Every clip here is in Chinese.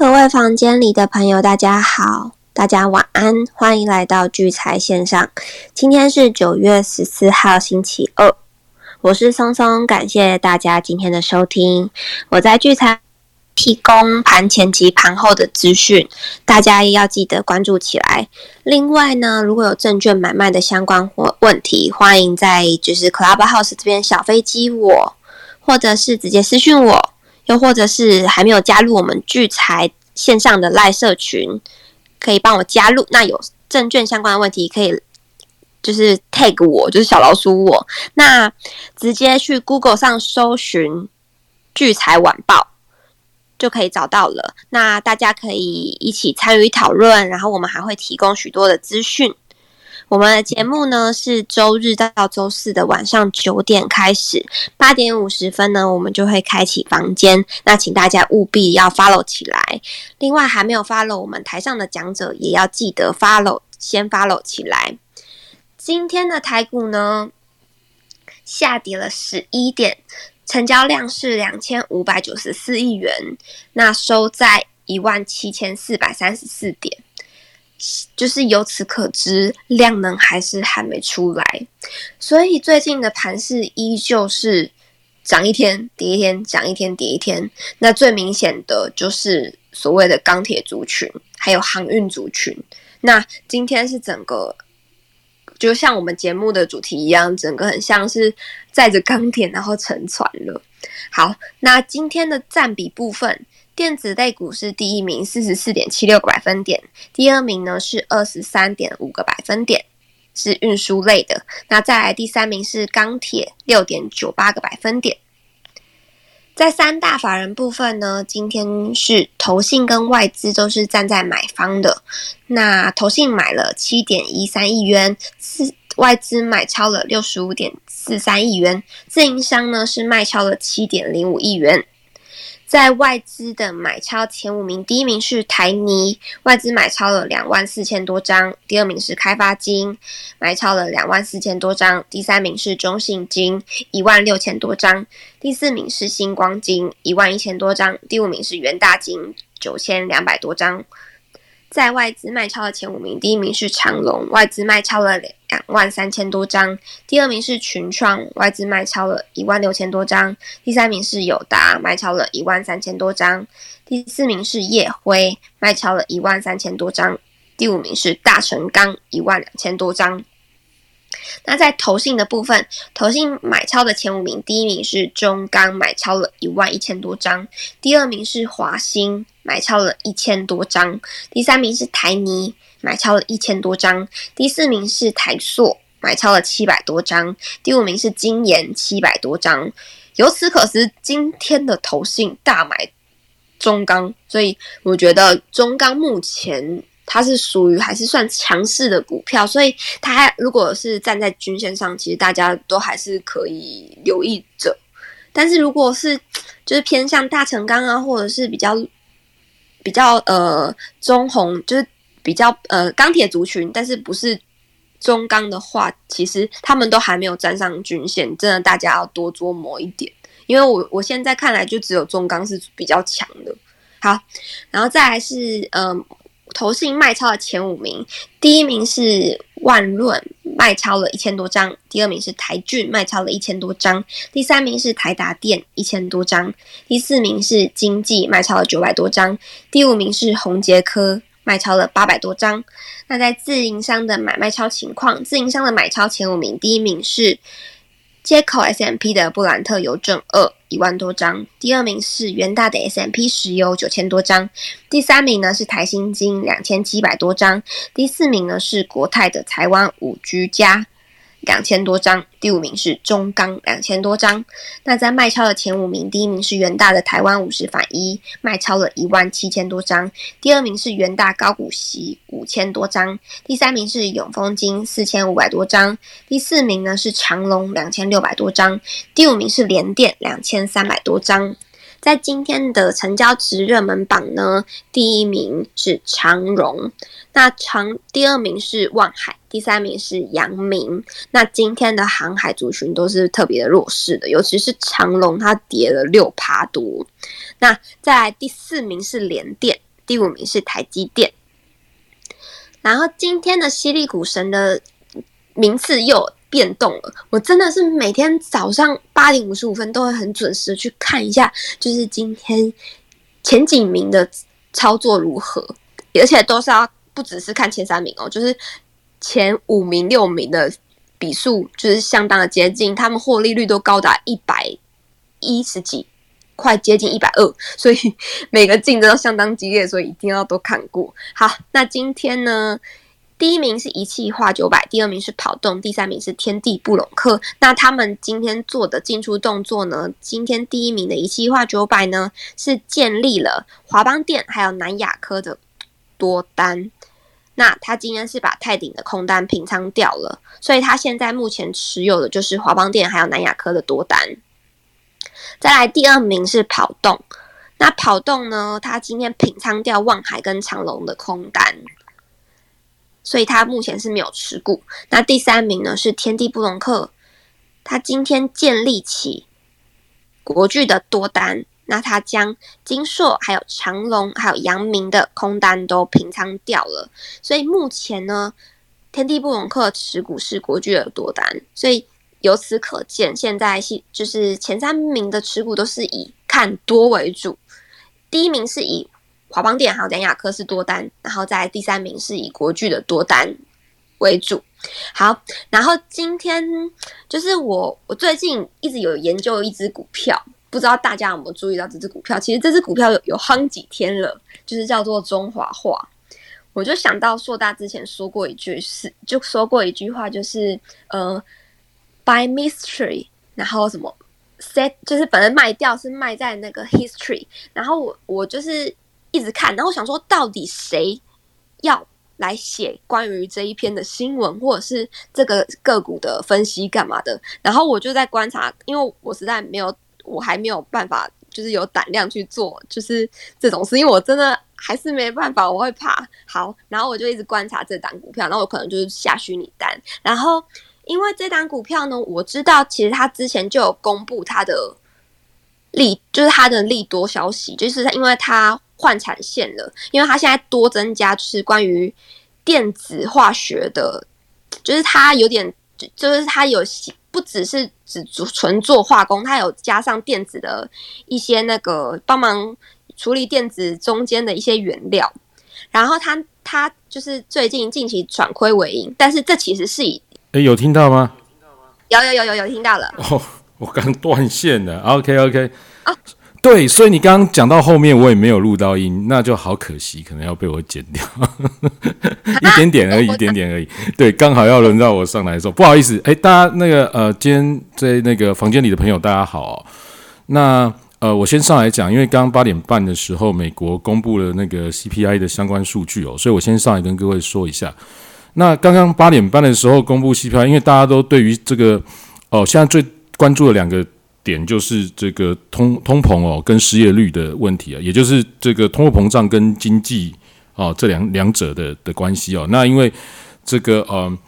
各位房间里的朋友，大家好，大家晚安，欢迎来到聚财线上。今天是9月14号星期二，我是松松，感谢大家今天的收听。我在聚财提供盘前及盘后的资讯，大家也要记得关注起来。另外呢，如果有证券买卖的相关问题，欢迎在Clubhouse 这边小飞机我，或者是直接私讯我。又或者是还没有加入我们聚财线上的赖社群，可以帮我加入。那有证券相关的问题，可以tag 我，就是小老鼠我。那直接去 Google 上搜寻聚财晚报就可以找到了。那大家可以一起参与讨论，然后我们还会提供许多的资讯。我们的节目呢是周日到周四的晚上9点开始，8点50分呢我们就会开启房间，那请大家务必要 follow 起来。另外还没有 follow 我们台上的讲者，也要记得 先 follow 起来。今天的台股呢下跌了11点，成交量是2594亿元，那收在17434点。就是由此可知，量能还是还没出来，所以最近的盘势依旧是涨一天跌一天，涨一天跌一天。那最明显的就是所谓的钢铁族群，还有航运族群。那今天是整个就像我们节目的主题一样，整个很像是载着钢铁然后沉船了。好，那今天的占比部分，电子类股是第一名 44.76 个百分点，第二名呢是 23.5 个百分点，是运输类的。那再来第三名是钢铁 6.98 个百分点。在三大法人部分呢，今天是投信跟外资都是站在买方的。那投信买了 7.13 亿元，外资买超了 65.43 亿元，自营商呢是卖超了 7.05 亿元。在外资的买超前5名，第一名是台泥，外资买超了24000多张，第二名是开发金，买超了24000多张，第三名是中信金16000多张，第四名是星光金11000多张，第五名是元大金9200多张。在外资卖超的前5名，第一名是长荣，外资卖超了23000多张，第二名是群创，外资卖超了16000多张，第三名是友达，卖超了13000多张，第四名是燁辉，卖超了13000多张，第五名是大成钢12000多张。那在投信的部分，投信买超的前5名，第一名是中钢，买超了11000多张，第二名是华兴，买超了1000多张，第三名是台泥，买超了1000多张，第四名是台塑，买超了700多张，第五名是金研700多张。由此可知，今天的投信大买中钢，所以我觉得中钢目前它是属于还是算强势的股票，所以它如果是站在均线上，其实大家都还是可以留意着。但是如果是就是偏向大成钢啊，或者是比较中红，就是比较钢铁族群，但是不是中钢的话，其实他们都还没有站上均线，真的大家要多琢磨一点。因为我现在看来就只有中钢是比较强的。好，然后再来是投信卖超的前5名，第一名是万润，卖超了1000多张，第二名是台骏，卖超了1000多张，第三名是台达电1000多张，第四名是经济，卖超了900多张，第五名是宏捷科，卖超了800多张。那在自营商的买卖超情况，自营商的买超前5名，第一名是街口 S&P 的布兰特邮政2 10000多张，第二名是元大的 S&P 石油9000多张，第三名呢是台新金2700多张，第四名呢是国泰的台湾5G加2000多张，第五名是中钢2000多张。那在卖超的前5名，第一名是元大的台湾50反1，卖超了17000多张，第二名是元大高股息5000多张，第三名是永丰金4500多张，第四名呢是长荣2600多张，第五名是联电2300多张。在今天的成交值热门榜呢，第一名是长荣，第二名是万海，第三名是阳明。那今天的航海族群都是特别的弱势的，尤其是长荣，它跌了6%多。那再来第四名是联电， 第5名是台积电。然后今天的犀利股神的名次又有变动了，我真的是每天早上8点55分都会很准时的去看一下，就是今天前几名的操作如何，而且都是不只是看前3名哦，就是前5名、6名的比数就是相当的接近，他们获利率都高达110几，快接近120，所以每个竞争都相当激烈，所以一定要都看过。好，那今天呢，第1名是一气化900，第2名是跑动，第3名是天地布隆克。那他们今天做的进出动作呢，今天第1名的一气化900呢，是建立了华邦电还有南亚科的多单。那他今天是把泰鼎的空单平仓掉了，所以他现在目前持有的就是华邦电还有南亚科的多单。再来第2名是跑动，那跑动呢，他今天平仓掉万海跟长荣的空单，所以他目前是没有持股。那第3名呢是天地布隆克，他今天建立起国巨的多单，那他将金硕还有长荣还有阳明的空单都平仓掉了，所以目前呢，天地布隆克持股是国巨的多单，所以由此可见，现在就是前3名的持股都是以看多为主。第1名是以华邦电还有南亚科是多单，然后在第3名是以国巨的多单为主。好，然后今天就是我最近一直有研究一只股票，不知道大家有没有注意到这只股票？其实这只股票有夯几天了，就是叫做中华化。我就想到硕大之前说过一句话，就是buy mystery， 然后什么 set， 就是本身卖掉是卖在那个 history， 然后我就是一直看，然后我想说到底谁要来写关于这一篇的新闻，或者是这个个股的分析干嘛的，然后我就在观察，因为我实在我还没有办法就是有胆量去做就是这种事，因为我真的还是没办法，我会怕。好，然后我就一直观察这档股票，然后我可能就是下虚拟单，然后因为这档股票呢，我知道其实他之前就有公布他的就是他的利多消息，就是因为他换产线了，因为他现在多增加就是关于电子化学的，就是他有点，就是他有不只是只纯做化工，他有加上电子的一些那个帮忙处理电子中间的一些原料，然后他就是近期转亏为盈，但是这其实是有听到吗？ 有听到了。 哦，我刚断线了。OK， 哦，对，所以你刚刚讲到后面，我也没有录到音，那就好可惜，可能要被我剪掉，一点点而已。对，刚好要轮到我上来的时候，不好意思，大家那个今天在那个房间里的朋友，大家好哦。那我先上来讲，因为刚刚8点半的时候，美国公布了那个 CPI 的相关数据哦，所以我先上来跟各位说一下。那刚刚8点半的时候公布 CPI， 因为大家都对于这个现在最关注的2个点就是这个通膨跟失业率的问题啊，也就是这个通货膨胀跟经济这两者的关系哦。那因为这个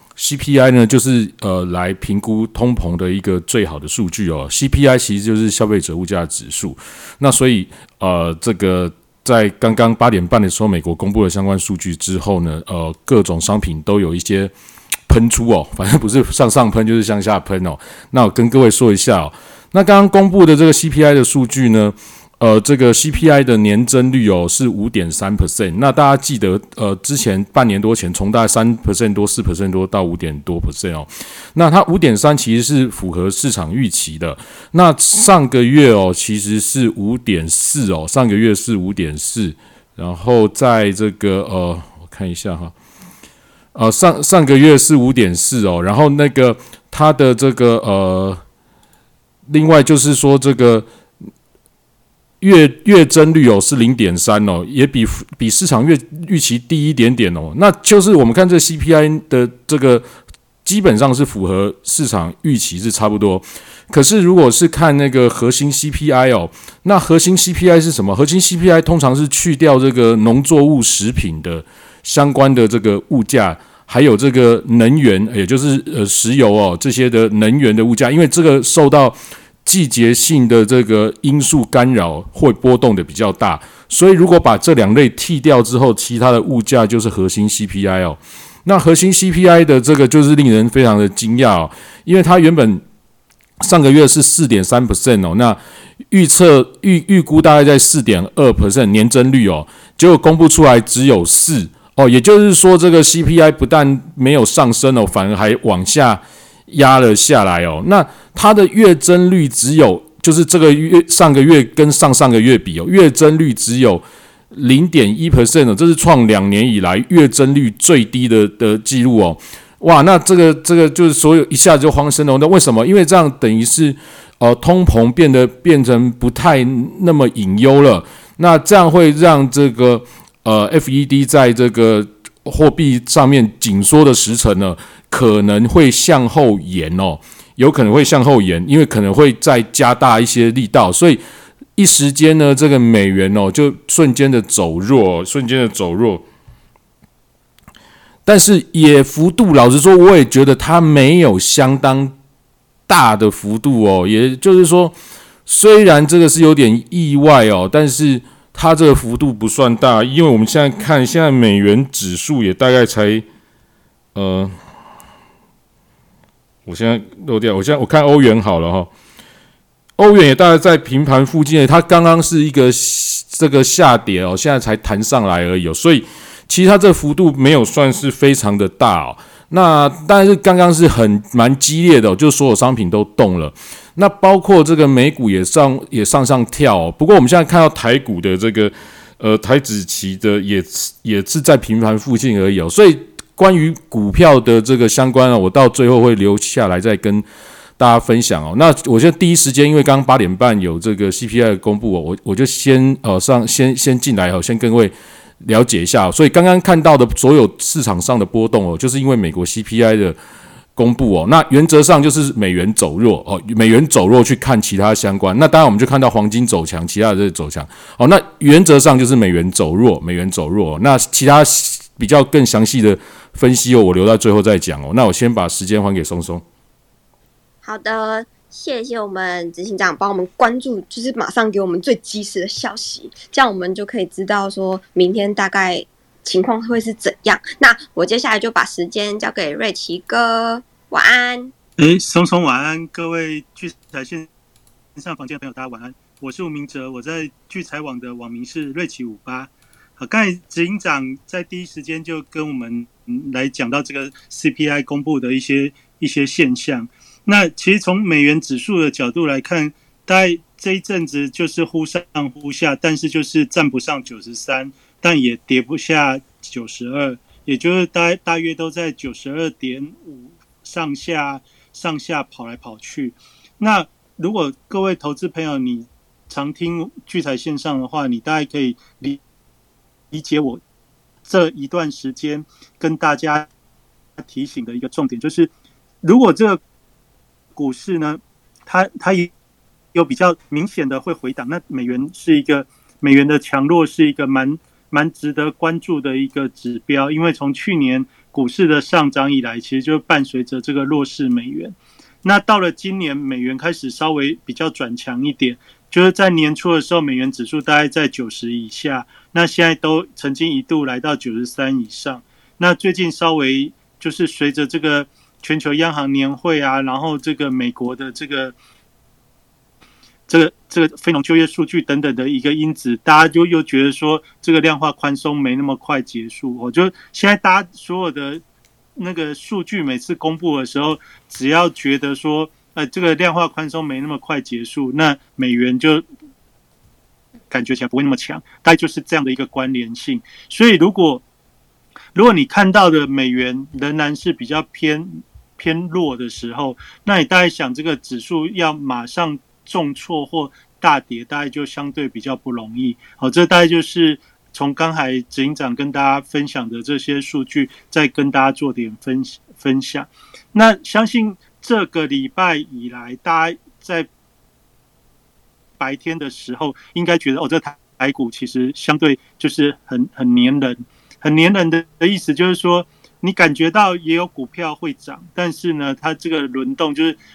CPI 呢，就是来评估通膨的一个最好的数据哦。CPI 其实就是消费者物价指数，那所以这个在刚刚8点半的时候，美国公布了相关数据之后呢，各种商品都有一些喷出哦，反正不是向上喷就是向下喷哦。那我跟各位说一下哦，那刚刚公布的这个 CPI 的数据呢，这个 CPI 的年增率是 5.3%。那大家记得之前半年多前从大概 3% 多 4% 多到 5% 多哦。那它 5.3 其实是符合市场预期的。那上个月其实是 5.4 哦，上个月是 5.4， 然后在这个我看一下哈。上个月是 5.4 哦，然后那个它的这个另外就是说这个月增率是 0.3 哦，也比市场预期低一点点哦。那就是我们看这 CPI 的这个基本上是符合市场预期是差不多。可是如果是看那个核心 CPI 那核心 CPI 是什么？核心 CPI 通常是去掉这个农作物食品的相关的这个物价，还有这个能源，也就是石油这些的能源的物价，因为这个受到季节性的这个因素干扰会波动的比较大，所以如果把这两类剔掉之后，其他的物价就是核心 CPI 哦。那核心 CPI 的这个就是令人非常的惊讶哦，因为它原本上个月是 4.3% 哦，那预估大概在 4.2% 年增率哦，结果公布出来只有4哦，也就是说这个 CPI 不但没有上升哦，反而还往下压了下来哦。那它的月增率只有，就是这个月上个月跟上上个月比哦，月增率只有 0.1% 哦，这是创2年以来月增率最低的记录哦。哇，那这个就是所有一下子就慌生了。那为什么？因为这样等于是通膨变成不太那么隐忧了。那这样会让这个FED 在这个货币上面紧缩的时程呢，可能会向后延哦，有可能会向后延，因为可能会再加大一些力道，所以一时间呢，这个美元哦就瞬间的走弱。但是也幅度，老实说，我也觉得它没有相当大的幅度哦。也就是说，虽然这个是有点意外哦，但是它这个幅度不算大，因为我们现在看，现在美元指数也大概才我现在漏掉，我看欧元好了哈，欧元也大概在平盘附近，它刚刚是一个这个下跌哦，现在才弹上来而已哦，所以其实它这个幅度没有算是非常的大哦。那但是刚刚是蛮激烈的哦，就是所有商品都动了。那包括这个美股也上跳哦。不过我们现在看到台股的这个台指期的也是在平盘附近而已哦。所以关于股票的这个相关我到最后会留下来再跟大家分享哦。那我现在第一时间，因为刚刚8点半有这个 CPI 的公布哦，我就先进来哦，先跟各位了解一下，所以刚刚看到的所有市场上的波动哦，就是因为美国 CPI 的公布哦。那原则上就是美元走弱哦，美元走弱去看其他相关。那当然我们就看到黄金走强，其他的走强哦。那原则上就是美元走弱。那其他比较更详细的分析哦，我留到最后再讲哦。那我先把时间还给松松。 好的。谢谢我们执行长帮我们关注，就是马上给我们最及时的消息，这样我们就可以知道说明天大概情况会是怎样。那我接下来就把时间交给瑞奇哥，晚安。 松松晚安，各位聚财线上房间的朋友，大家晚安。我是吴明哲，我在聚财网的网名是瑞奇58。好，刚才执行长在第一时间就跟我们来讲到这个 CPI 公布的一些现象。那其实从美元指数的角度来看，大概这一阵子就是忽上忽下，但是就是站不上93，但也跌不下92，也就是大约都在92.5上下跑来跑去。那如果各位投资朋友你常听聚财线上的话，你大概可以理解我这一段时间跟大家提醒的一个重点，就是如果这个股市呢，它也有比较明显的会回档，那美元的强弱是一个蛮值得关注的一个指标，因为从去年股市的上涨以来，其实就伴随着这个弱势美元。那到了今年，美元开始稍微比较转强一点，就是在年初的时候，美元指数大概在90以下，那现在都曾经一度来到93以上。那最近稍微就是随着这个全球央行年会啊，然后这个美国的这个非农就业数据等等的一个因子，大家就又觉得说这个量化宽松没那么快结束。我就现在大家所有的那个数据每次公布的时候，只要觉得说这个量化宽松没那么快结束，那美元就感觉起来不会那么强，大概就是这样的一个关联性。所以如果你看到的美元仍然是比较偏弱的时候，那你大概想这个指数要马上重挫或大跌，大概就相对比较不容易。好，这大概就是从刚才执行长跟大家分享的这些数据，再跟大家做点分享。那相信这个礼拜以来，大家在白天的时候应该觉得这台股其实相对就是很黏人。很黏人的意思就是说，你感觉到也有股票会涨，但是呢，它这个轮动就是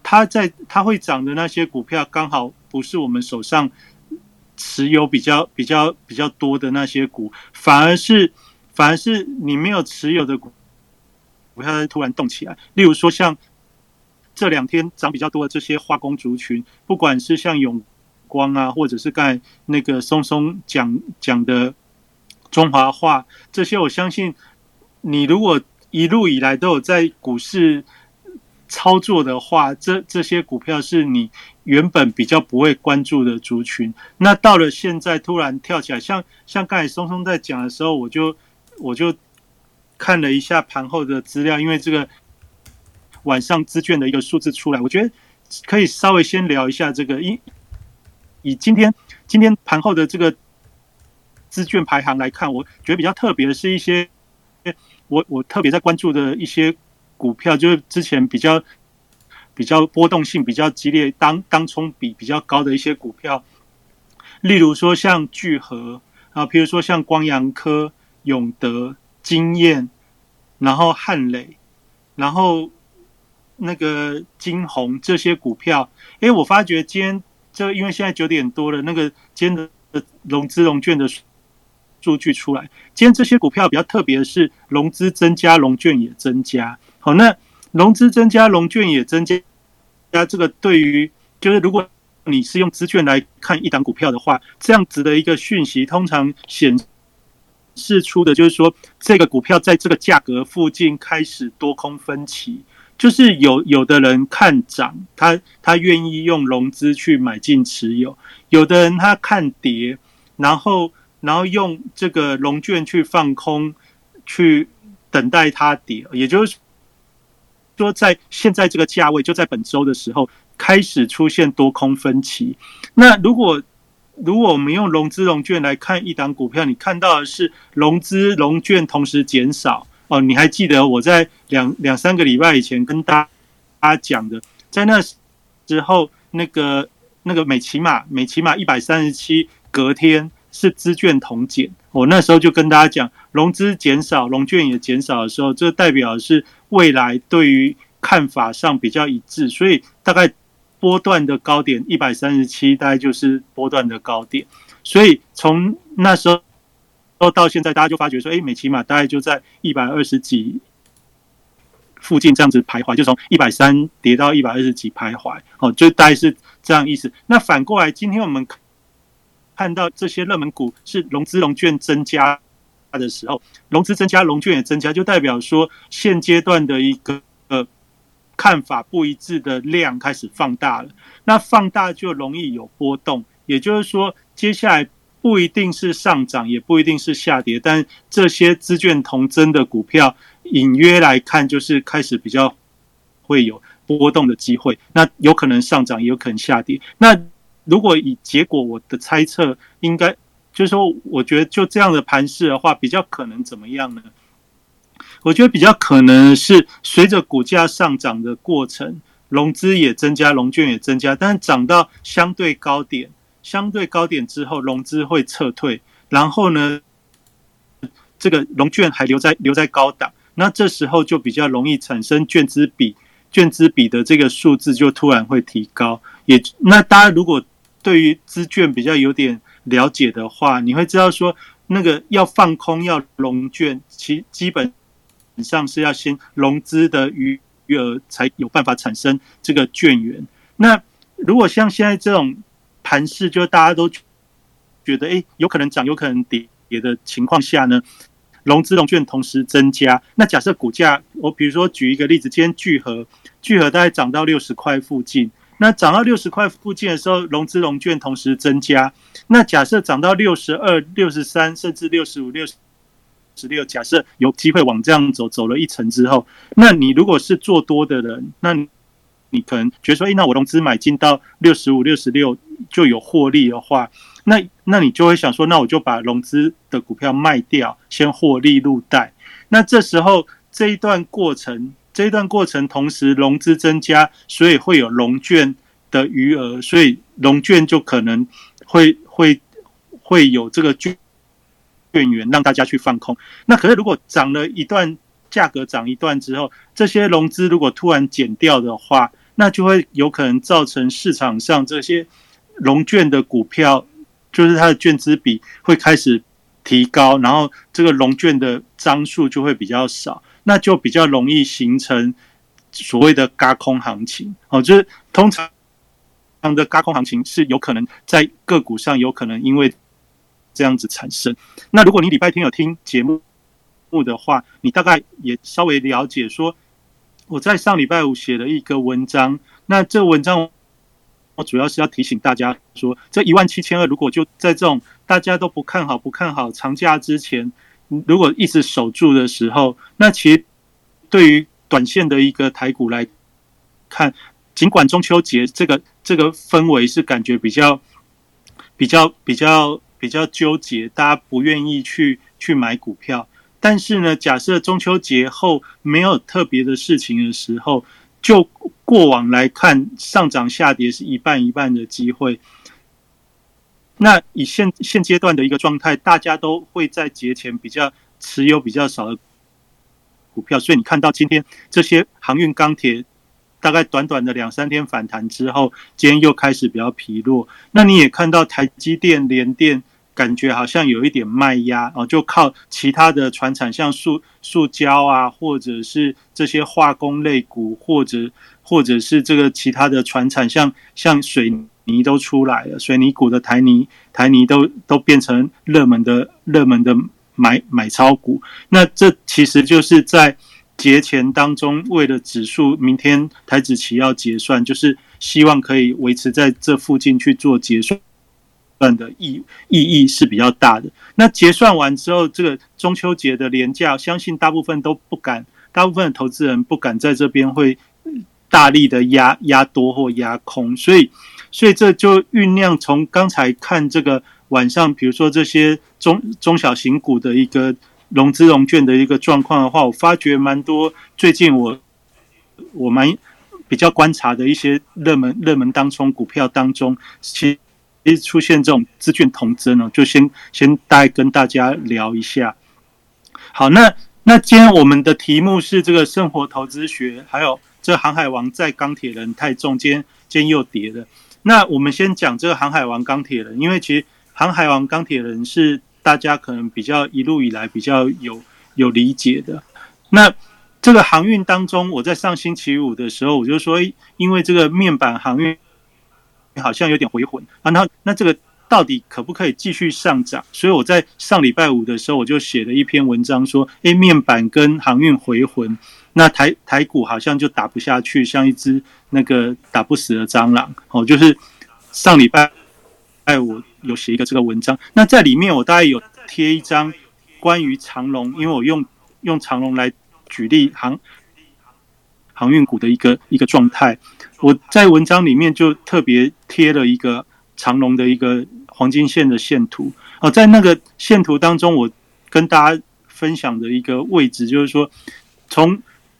它会涨的那些股票，刚好不是我们手上持有比较多的那些股，反而是你没有持有的股票突然动起来。例如说像这2天涨比较多的这些化工族群，不管是像永光啊，或者是刚才那个松松讲的中华化，这些我相信你如果一路以来都有在股市操作的话，这些股票是你原本比较不会关注的族群。那到了现在突然跳起来，像刚才松松在讲的时候，我就看了一下盘后的资料，因为这个晚上资券的一个数字出来，我觉得可以稍微先聊一下这个。以今天盘后的这个资券排行来看，我觉得比较特别的是一些我特别在关注的一些股票，就是之前比较波动性比较激烈、当冲比比较高的一些股票，例如说像聚合啊，比如说像光阳科、永德、经验，然后汉磊，然后那个金鸿这些股票，我发觉今天因为现在9点多了，那个今天的融资融券的数据出来，今天这些股票比较特别的是融资增加，融券也增加。好，那融资增加，融券也增加，这个对于就是如果你是用资券来看一档股票的话，这样子的一个讯息，通常显示出的就是说，这个股票在这个价格附近开始多空分歧。就是有的人看涨，他愿意用融资去买进持有；有的人他看跌，然后用这个融券去放空，去等待它跌。也就是说，在现在这个价位，就在本周的时候开始出现多空分歧。那如果我们用融资融券来看一档股票，你看到的是融资融券同时减少。你还记得我在两三个礼拜以前跟大家讲的，在那时候那个美骑马137隔天是资券同减，我那时候就跟大家讲，融资减少，融券也减少的时候，这代表的是未来对于看法上比较一致，所以大概波段的高点137大概就是波段的高点，所以从那时候到现在，大家就发觉说，美骑马大概就在120几附近这样子徘徊，就从130跌到120几徘徊，就大概是这样意思。那反过来，今天我们看到这些热门股是融资融券增加的时候，融资增加，融券也增加，就代表说现阶段的一个看法不一致的量开始放大了。那放大就容易有波动，也就是说，接下来不一定是上涨，也不一定是下跌，但这些资券同增的股票，隐约来看就是开始比较会有波动的机会。那有可能上涨，也有可能下跌。那如果以结果，我的猜测应该就是说，我觉得就这样的盘势的话，比较可能怎么样呢？我觉得比较可能是随着股价上涨的过程，融资也增加，融券也增加，但是涨到相对高点之后，融资会撤退，然后呢，这个融券还留在高档，那这时候就比较容易产生券资比的这个数字就突然会提高。那大家如果对于资券比较有点了解的话，你会知道说，那个要放空要融券，基本上是要先融资的余额才有办法产生这个券源。那如果像现在这种盘势，就大家都觉得有可能涨有可能跌的情况下呢，融资融券同时增加。那假设股价，我比如说举一个例子，今天聚合大概涨到60块附近，那涨到60块附近的时候，融资融券同时增加。那假设涨到62、63，甚至65、66，假设有机会往这样走了一层之后，那你如果是做多的人，那你可能觉得说，那我融资买进到65、66就有获利的话，那你就会想说，那我就把融资的股票卖掉，先获利入袋。那这时候这一段过程同时融资增加，所以会有融券的余额，所以融券就可能会有这个券源让大家去放空。那可是如果涨了一段，价格涨一段之后，这些融资如果突然减掉的话， 那就会有可能造成市场上这些融券的股票，就是它的券资比会开始提高，然后这个融券的张数就会比较少，那就比较容易形成所谓的軋空行情。就是通常的軋空行情是有可能在个股上有可能因为这样子产生。那如果你礼拜天有听节目的话，你大概也稍微了解说，我在上礼拜五写了一个文章，那这文章我主要是要提醒大家说，这17200如果就在这种大家都不看好长假之前，如果一直守住的时候，那其实对于短线的一个台股来看，尽管中秋节这个氛围是感觉比较纠结，大家不愿意去买股票。但是呢，假设中秋节后没有特别的事情的时候，就过往来看，上涨下跌是一半一半的机会。那以现阶段的一个状态，大家都会在节前持有比较少的股票，所以你看到今天这些航运、钢铁，大概短短的2-3天反弹之后，今天又开始比较疲弱。那你也看到台积电、联电，感觉好像有一点卖压，就靠其他的传产，像塑胶啊，或者是这些化工类股，或者是这个其他的传产，像水泥都出来了，水泥股的台泥都变成热门的买超股。那这其实就是在节前当中，为了指数明天台指期要结算，就是希望可以维持在这附近去做结算的意义是比较大的。那结算完之后，这个中秋节的连假，相信大部分的投资人不敢在这边会大力的压多或压空，所以这就酝酿从刚才看这个晚上，比如说这些中小型股的一个融资融券的一个状况的话，我发觉蛮多最近我蛮比较观察的一些热门当冲股票当中，其实出现这种资券同增就先大概跟大家聊一下。好，那今天我们的题目是这个生活投资学，还有这航海王在钢铁人太重，今天又跌了。那我们先讲这个航海王钢铁人，因为其实航海王钢铁人是大家可能比较一路以来比较有理解的。那这个航运当中，我在上星期五的时候，我就说，因为这个面板航运好像有点回魂啊，那这个到底可不可以继续上涨？所以我在上礼拜五的时候，我就写了一篇文章说，面板跟航运回魂，那台股好像就打不下去，像一只那个打不死的蟑螂。就是上礼拜我有写一个这个文章，那在里面我大概有贴一张关于长荣，因为我用长荣来举例航运股的一个状态。我在文章里面就特别贴了一个长荣的一个黄金线的线图。在那个线图当中，我跟大家分享的一个位置就是说，从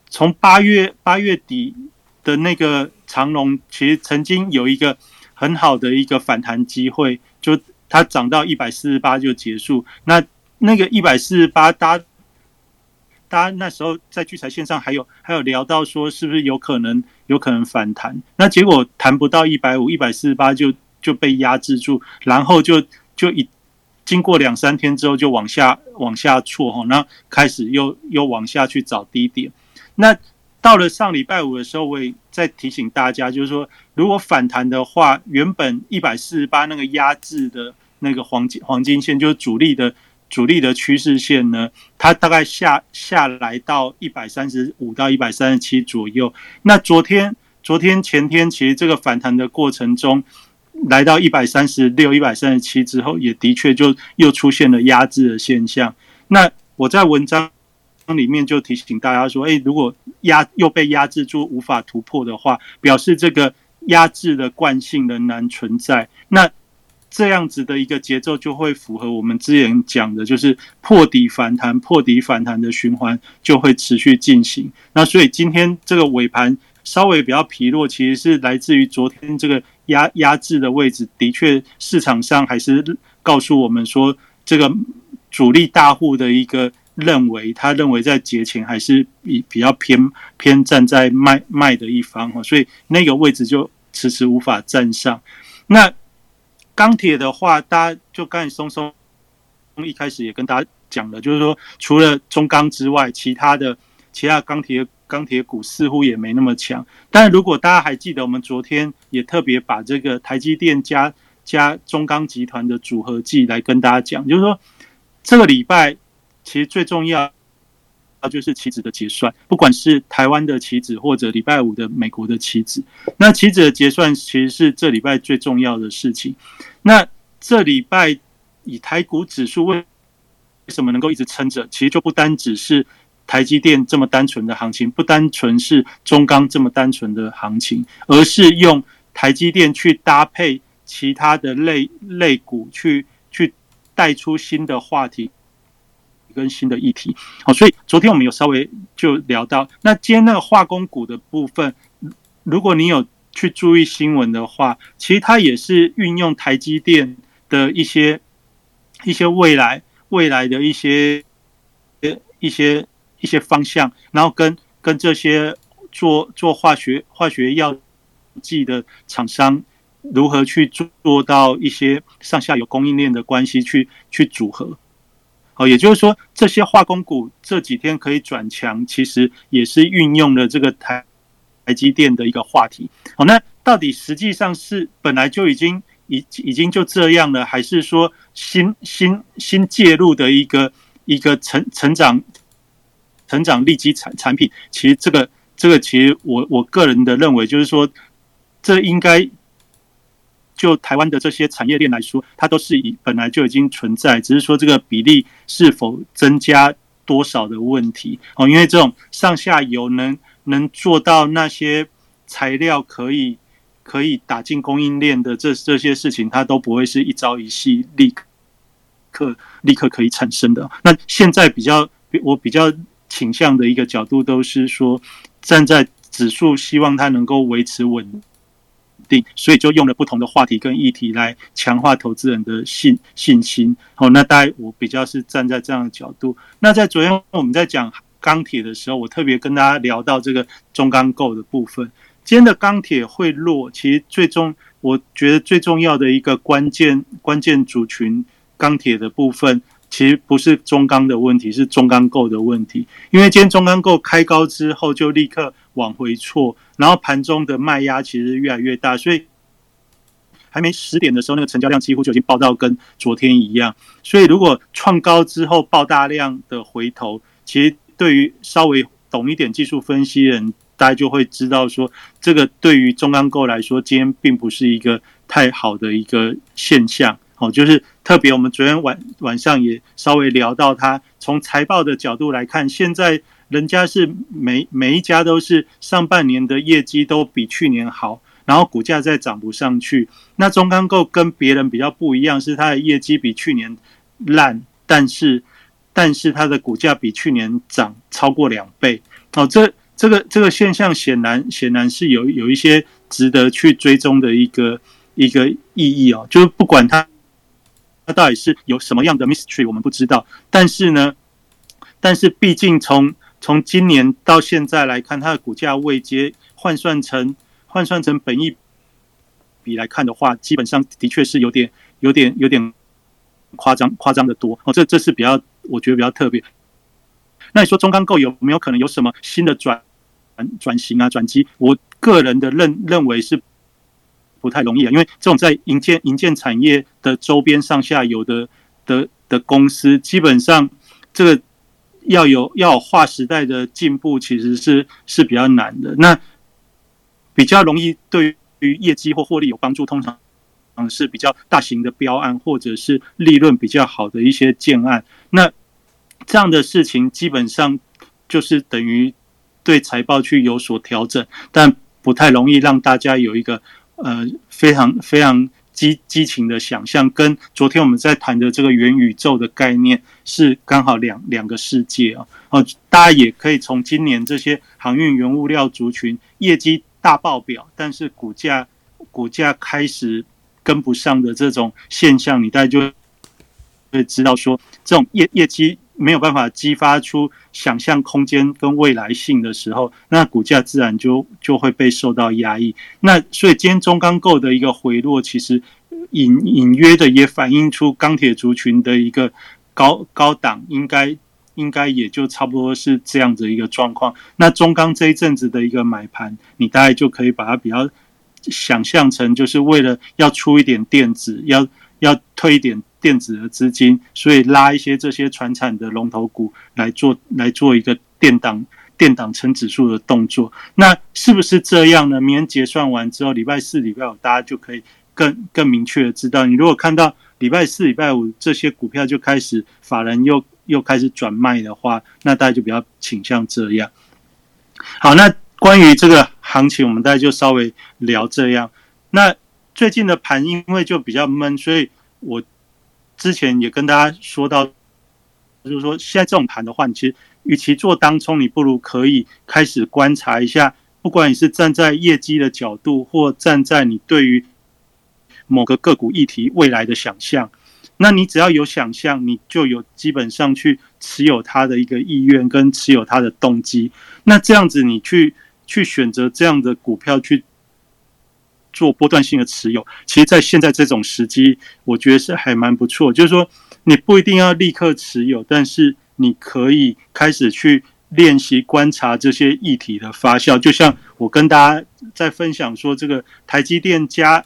8月底的那个长荣，其实曾经有一个很好的一个反弹机会，就它涨到148就结束。那个148，大家那时候在聚财线上还有聊到说，是不是有可能反弹？那结果谈不到150，148就被压制住，然后就经过2-3天之后就往下挫，那开始又往下去找低点。那到了上礼拜五的时候，我也在提醒大家，就是说，如果反弹的话，原本148那个压制的那个黄金线，就是主力的趋势线呢，它大概下来到135到137左右。那昨天前天，其实这个反弹的过程中，来到136、137之后，也的确就又出现了压制的现象。那我在文章里面就提醒大家说，如果又被压制住无法突破的话，表示这个压制的惯性仍然存在。那这样子的一个节奏就会符合我们之前讲的，就是破底反弹的循环就会持续进行。那所以今天这个尾盘稍微比较疲弱，其实是来自于昨天这个压制的位置，的确市场上还是告诉我们说，这个主力大户的一个他认为在节前还是比较偏站在卖的一方，所以那个位置就迟迟无法站上。那钢铁的话，大家就刚才松一开始也跟大家讲了，就是说除了中钢之外，其他钢铁股似乎也没那么强。但如果大家还记得，我们昨天也特别把这个台积电加中钢集团的组合技来跟大家讲，就是说这个礼拜其实最重要就是期指的结算，不管是台湾的期指或者礼拜五的美国的期指。那期指的结算其实是这礼拜最重要的事情。那这礼拜以台股指数为什么能够一直撑着，其实就不单只是台积电这么单纯的行情，不单纯是中钢这么单纯的行情，而是用台积电去搭配其他的类股去带出新的话题跟新的议题。所以昨天我们有稍微就聊到，那今天那个化工股的部分，如果你有去注意新闻的话，其实它也是运用台积电的一些未来的一些方向，然后跟这些做化学药剂的厂商如何去做到一些上下游供应链的关系去组合。也就是说，这些化工股这几天可以转强，其实也是运用了这个台积电的一个话题。那到底实际上是本来就已经就这样了，还是说新介入的一个成长利基产品？其实这个其实我个人的认为就是说，这应该就台湾的这些产业链来说，它都是本来就已经存在，只是说这个比例是否增加多少的问题。因为这种上下游能做到那些材料可以打进供应链的这些事情，它都不会是一朝一夕立刻可以产生的。那现在我比较倾向的一个角度都是说，站在指数希望它能够维持稳定，所以就用了不同的话题跟议题来强化投资人的信心。那大概我比较是站在这样的角度。那在昨天我们在讲钢铁的时候，我特别跟大家聊到这个中钢构的部分。今天的钢铁会弱，其实我觉得最重要的一个关键族群钢铁的部分，其实不是中钢的问题，是中钢构的问题。因为今天中钢构开高之后就立刻往回挫，然后盘中的卖压其实越来越大，所以还没10点的时候，那个成交量几乎就已经爆到跟昨天一样。所以如果创高之后爆大量的回头，其实对于稍微懂一点技术分析人，大家就会知道说，这个对于中钢构来说，今天并不是一个太好的一个现象。就是特别我们昨天晚上也稍微聊到，它从财报的角度来看，现在人家是每一家都是上半年的业绩都比去年好，然后股价再涨不上去。那中钢构跟别人比较不一样，是它的业绩比去年烂，但是它的股价比去年涨超过2倍。这个现象显然是有一些值得去追踪的一个意义。就是不管它到底是有什么样的 mystery 我们不知道，但是毕竟从今年到现在来看，它的股价位阶换算成本益比来看的话，基本上的确是有点夸张的多。这是我觉得比较特别。那你说中钢构有没有可能有什么新的转型啊转机？我个人的认为是不太容易，因为这种在营建产业的周边上下游的公司，基本上这个要有划时代的进步，其实是比较难的。那比较容易对于业绩或获利有帮助，通常是比较大型的标案，或者是利润比较好的一些建案。那这样的事情基本上就是等于对财报去有所调整，但不太容易让大家有一个非常非常激情的想象，跟昨天我们在谈的这个元宇宙的概念是刚好两个世界。大家也可以从今年这些航运原物料族群业绩大爆表，但是股价开始跟不上的这种现象，你大概就会知道说，这种业绩没有办法激发出想象空间跟未来性的时候，那股价自然就会被受到压抑。那所以今天中钢构的一个回落，其实隐约的也反映出钢铁族群的一个高档应该也就差不多是这样的一个状况。那中钢这一阵子的一个买盘，你大概就可以把它比较想象成就是为了要出一点电子，要推一点电子的资金，所以拉一些这些传产的龙头股来做一个电档撑指数的动作。那是不是这样呢？明天结算完之后，礼拜四、礼拜五大家就可以更明确的知道。你如果看到礼拜四、礼拜五这些股票就开始法人又开始转卖的话，那大家就比较倾向这样。好，那关于这个行情，我们大概就稍微聊这样。那最近的盘因为就比较闷，所以我之前也跟大家说到，就是说现在这种盘的话，你其实与其做当冲，你不如可以开始观察一下，不管你是站在业绩的角度，或站在你对于某个个股议题未来的想象。那你只要有想象，你就有基本上去持有它的一个意愿跟持有它的动机。那这样子你去选择这样的股票去做波段性的持有，其实在现在这种时机，我觉得是还蛮不错。就是说你不一定要立刻持有，但是你可以开始去练习观察这些议题的发酵。就像我跟大家在分享说，这个台积电加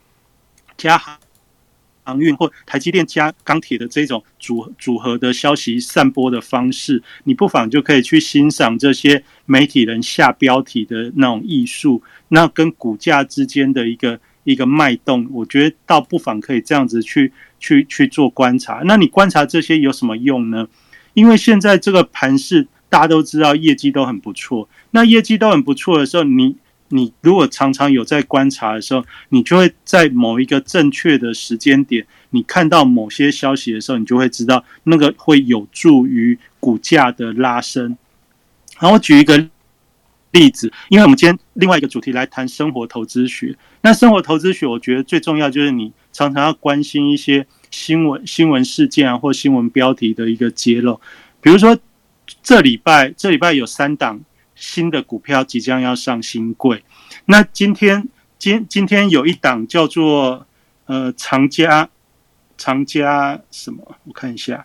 航运或台积电加钢铁的这种组合的消息散播的方式，你不妨就可以去欣赏这些媒体人下标题的那种艺术，那跟股价之间的一个脉动，我觉得倒不妨可以这样子去做观察。那你观察这些有什么用呢？因为现在这个盘势大家都知道业绩都很不错，那业绩都很不错的时候，你如果常常有在观察的时候，你就会在某一个正确的时间点，你看到某些消息的时候，你就会知道那个会有助于股价的拉升。然后我举一个例子，因为我们今天另外一个主题来谈生活投资学。那生活投资学，我觉得最重要就是你常常要关心一些新闻事件啊，或新闻标题的一个揭露。比如说这礼拜有3档新的股票即将要上新贵。那今天有一档叫做长家什么？我看一下，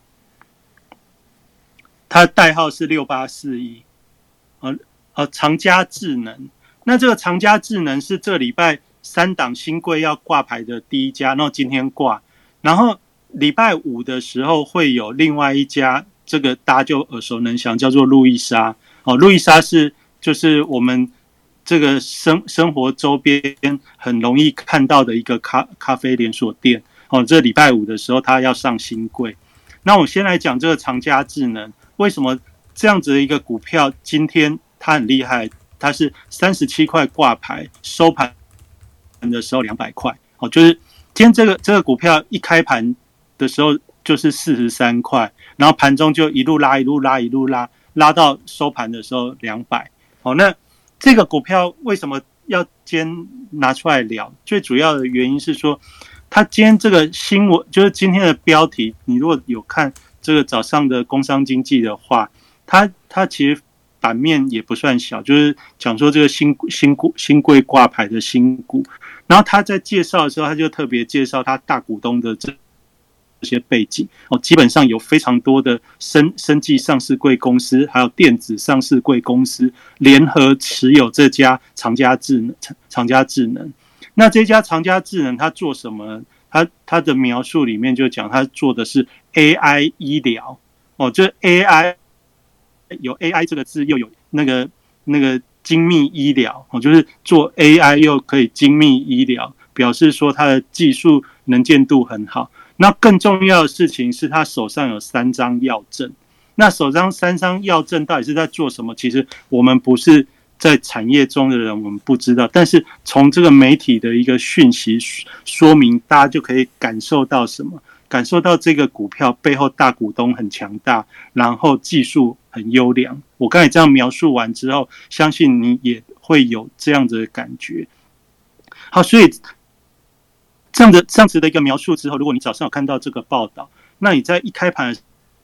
它的代号是6841，长家智能。那这个长家智能是这礼拜3档新贵要挂牌的第一家，然后今天挂，然后礼拜五的时候会有另外一家，这个大家就耳熟能详，叫做路易莎。路易莎就是我们这个生活周边很容易看到的一个咖啡连锁店。这礼拜五的时候它要上新贵。那我先来讲这个长家智能，为什么这样子的一个股票今天它很厉害，它是37块挂牌，收盘的时候200块。就是今天这个股票一开盘的时候就是43块，然后盘中就一路拉到收盘的时候200。那这个股票为什么要今天拿出来聊？最主要的原因是说，它今天这个新闻，就是今天的标题，你如果有看这个早上的工商经济的话，它其实版面也不算小，就是讲说这个新贵挂牌的新股。然后他在介绍的时候，他就特别介绍他大股东的这些背景。基本上有非常多的生技上市贵公司，还有电子上市贵公司联合持有这家长家智能。那这家长家智能它做什么？它的描述里面就讲，它做的是 AI 医疗。就是 AI 有 AI 这个字，又有那个精密医疗，就是做 AI 又可以精密医疗，表示说它的技术能见度很好。那更重要的事情是，他手上有3张药证。那手上3张药证到底是在做什么？其实我们不是在产业中的人，我们不知道。但是从这个媒体的一个讯息说明，大家就可以感受到什么？感受到这个股票背后大股东很强大，然后技术很优良。我刚才这样描述完之后，相信你也会有这样子的感觉。好，所以这样子的一个描述之后，如果你早上有看到这个报道，那你在一开盘的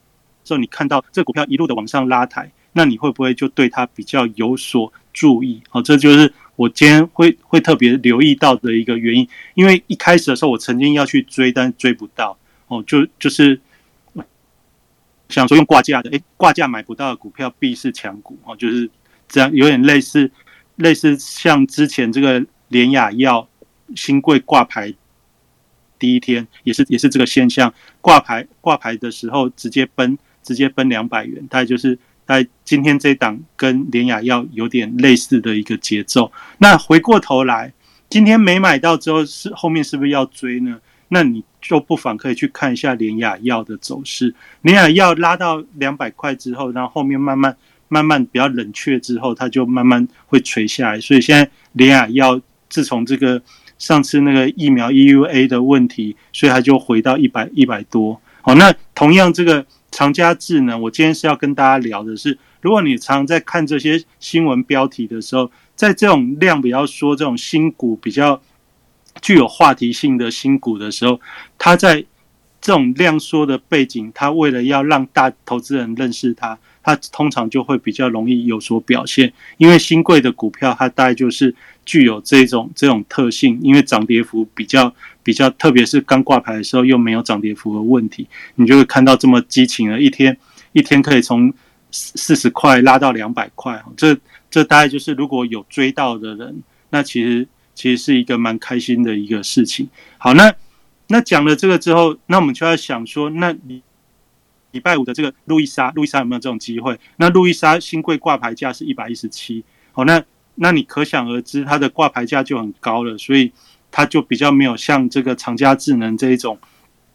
时候，你看到这股票一路的往上拉抬，那你会不会就对它比较有所注意？这就是我今天会特别留意到的一个原因。因为一开始的时候，我曾经要去追，但是追不到，就是想说用挂价的，挂价买不到的股票必是强股，就是这样，有点类似像之前这个联亚药新贵挂牌第一天也是这个现象，挂牌的时候直接奔200元，大概今天这一档跟联亚药有点类似的一个节奏。那回过头来，今天没买到之后，后面是不是要追呢？那你就不妨可以去看一下联亚药的走势。联亚药拉到200块之后，然后后面慢慢比较冷却之后，它就慢慢会垂下来。所以现在联亚药自从这个上次那个疫苗 EUA 的问题，所以它就回到100多。好，那同样这个长嘉智能，我今天是要跟大家聊的是，如果你常在看这些新闻标题的时候，在这种量比较说这种新股比较具有话题性的新股的时候，它在这种量缩的背景，它为了要让大投资人认识它通常就会比较容易有所表现。因为新贵的股票，它大概就是具有这种特性，因为涨跌幅比较，特别是刚挂牌的时候又没有涨跌幅的问题，你就会看到这么激情的一天可以从40块拉到200块，这大概就是如果有追到的人，那其实是一个蛮开心的一个事情。好，那讲了这个之后，那我们就要想说，那礼拜五的这个路易莎有没有这种机会？那路易莎新贵挂牌价是117，好，那你可想而知，它的挂牌价就很高了，所以它就比较没有像这个长嘉智能这种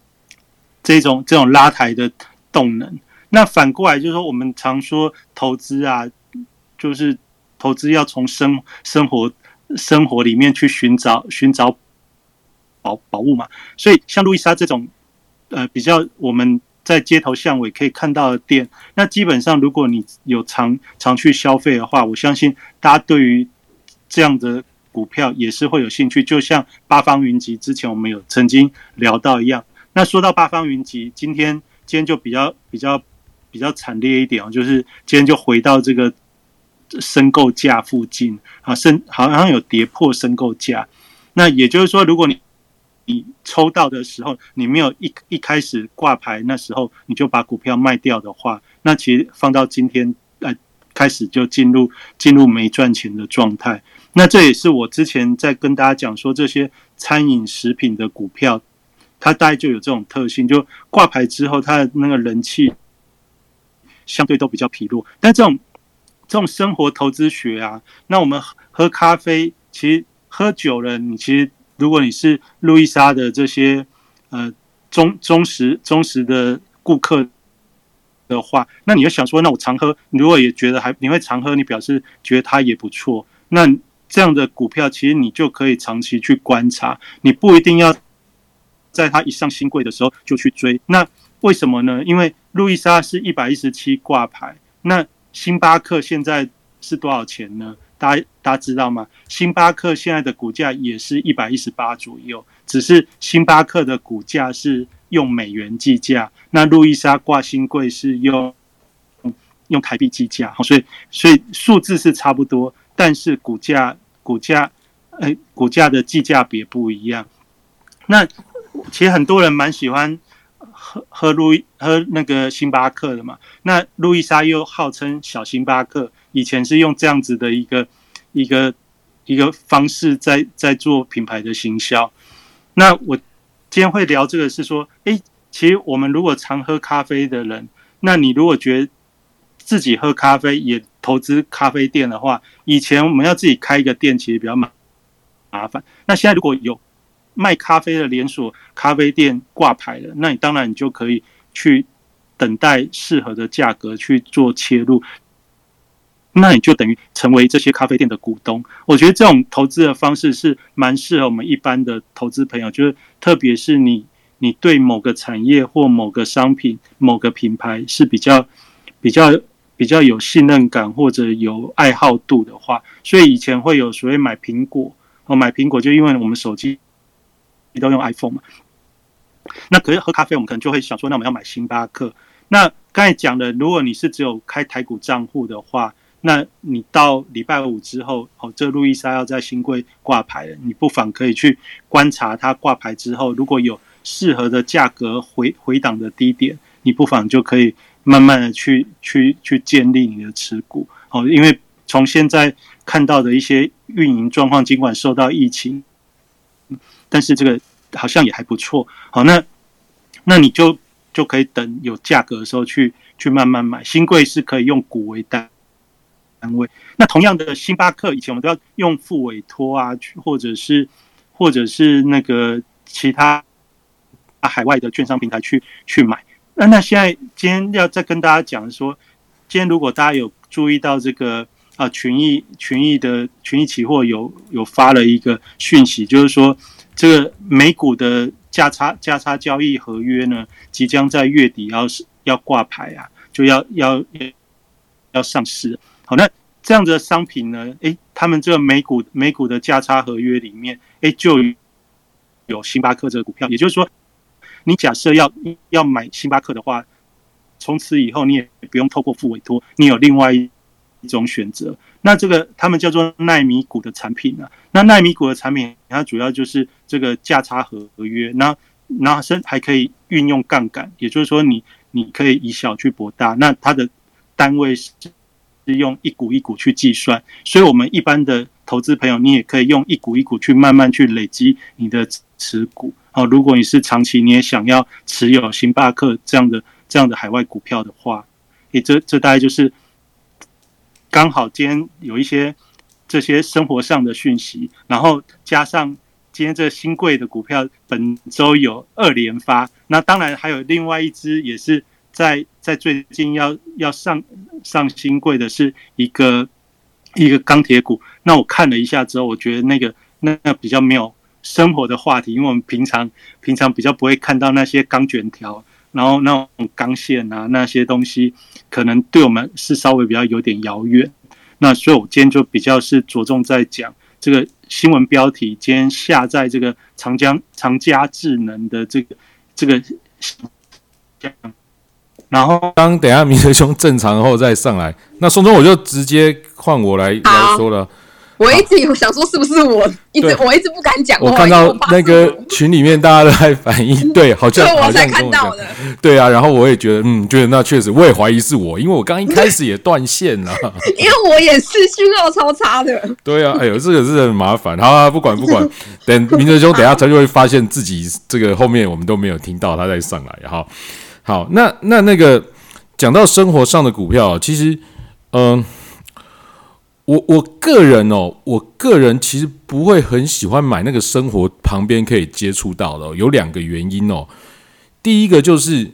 拉抬的动能。那反过来就是说，我们常说投资啊，就是投资要从生活里面去寻找宝物嘛。所以像路易莎这种比较我们在街头巷尾可以看到的店，那基本上如果你有常去消费的话，我相信大家对于这样的股票也是会有兴趣。就像八方云集之前我们有曾经聊到一样。那说到八方云集，今天就比较惨烈一点，就是今天就回到这个申购价附近啊，好像有跌破申购价。那也就是说，如果你抽到的时候，你没有一开始挂牌那时候你就把股票卖掉的话，那其实放到今天开始就进入没赚钱的状态。那这也是我之前在跟大家讲说，这些餐饮食品的股票，它大概就有这种特性，就挂牌之后它的那个人气相对都比较疲弱。但这种生活投资学啊，那我们喝咖啡，其实喝久了，你其实如果你是路易莎的这些忠实的顾客的话，那你就想说，那我常喝，你如果也觉得你会常喝，你表示觉得它也不错，那这样的股票其实你就可以长期去观察，你不一定要在它一上新贵的时候就去追。那为什么呢？因为路易莎是117挂牌，那星巴克现在是多少钱呢？大家知道吗？星巴克现在的股价也是118左右，只是星巴克的股价是用美元计价，那路易莎挂新贵是用台币计价，所以数字是差不多，但是股价的计价别不一样。那其实很多人蛮喜欢喝那个星巴克的嘛，那路易莎又号称小星巴克，以前是用这样子的一个方式在做品牌的行销。那我今天会聊这个是说，其实我们如果常喝咖啡的人，那你如果觉得自己喝咖啡也投资咖啡店的话，以前我们要自己开一个店其实比较麻烦，那现在如果有卖咖啡的连锁咖啡店挂牌了，那你当然你就可以去等待适合的价格去做切入，那你就等于成为这些咖啡店的股东。我觉得这种投资的方式是蛮适合我们一般的投资朋友，就是特别是你对某个产业或某个商品、某个品牌是比较有信任感或者有爱好度的话，所以以前会有所谓买苹果，就因为我们手机都用 iPhone 嘛。那可是喝咖啡，我们可能就会想说，那我们要买星巴克。 那刚才讲的，如果你是只有开台股账户的话，那你到礼拜五之后，这路易莎要在新贵挂牌了，你不妨可以去观察它挂牌之后，如果有适合的价格回档的低点，你不妨就可以慢慢的去建立你的持股。因为从现在看到的一些运营状况，尽管受到疫情，但是这个好像也还不错。好，那你就可以等有价格的时候去慢慢买。新贵是可以用股为单位，那同样的星巴克以前我们都要用副委托啊，或者是那个其他海外的券商平台去买。那现在今天要再跟大家讲说，今天如果大家有注意到这个群益期货有发了一个讯息，就是说这个美股的价差交易合约呢，即将在月底要挂牌啊，就要上市。好，那这样子的商品呢，他们这个美股的价差合约里面，就有星巴克这个股票，也就是说，你假设要买星巴克的话，从此以后你也不用透过副委托，你有另外一种选择。那这个他们叫做奈米股的产品啊，那奈米股的产品它主要就是这个价差合约，然后还可以运用杠杆，也就是说你可以以小去博大，那它的单位是用一股一股去计算，所以我们一般的投资朋友，你也可以用一股一股去慢慢去累积你的持股。如果你是长期你也想要持有星巴克这样的海外股票的话，这大概就是刚好今天有一些这些生活上的讯息，然后加上今天这新贵的股票本周有2连发，那当然还有另外一支也是在最近要上新贵的是一个钢铁股。那我看了一下之后，我觉得那比较没有生活的话题，因为我们平常比较不会看到那些钢卷条，然后那种钢线啊那些东西，可能对我们是稍微比较有点遥远。那所以我今天就比较是着重在讲这个新闻标题，今天下在这个长佳智能的这个，然后等一下明哲兄正常后再上来，那松中我就直接换我来说了。 我一直有想说是不是我一直不敢讲话， 我看到那个群里面大家都在反映，对，好像我才看到的， 对啊，然后我也觉得那确实，我也怀疑是我，因为我刚一开始也断线了， 因为我也是讯号超差的， 对啊，这个是很麻烦。好啊，不管，等明哲兄等一下他就会发现自己这个后面我们都没有听到他再上来。好，那个讲到生活上的股票，其实我个人其实不会很喜欢买那个生活旁边可以接触到的，有2个原因哦。第一个就是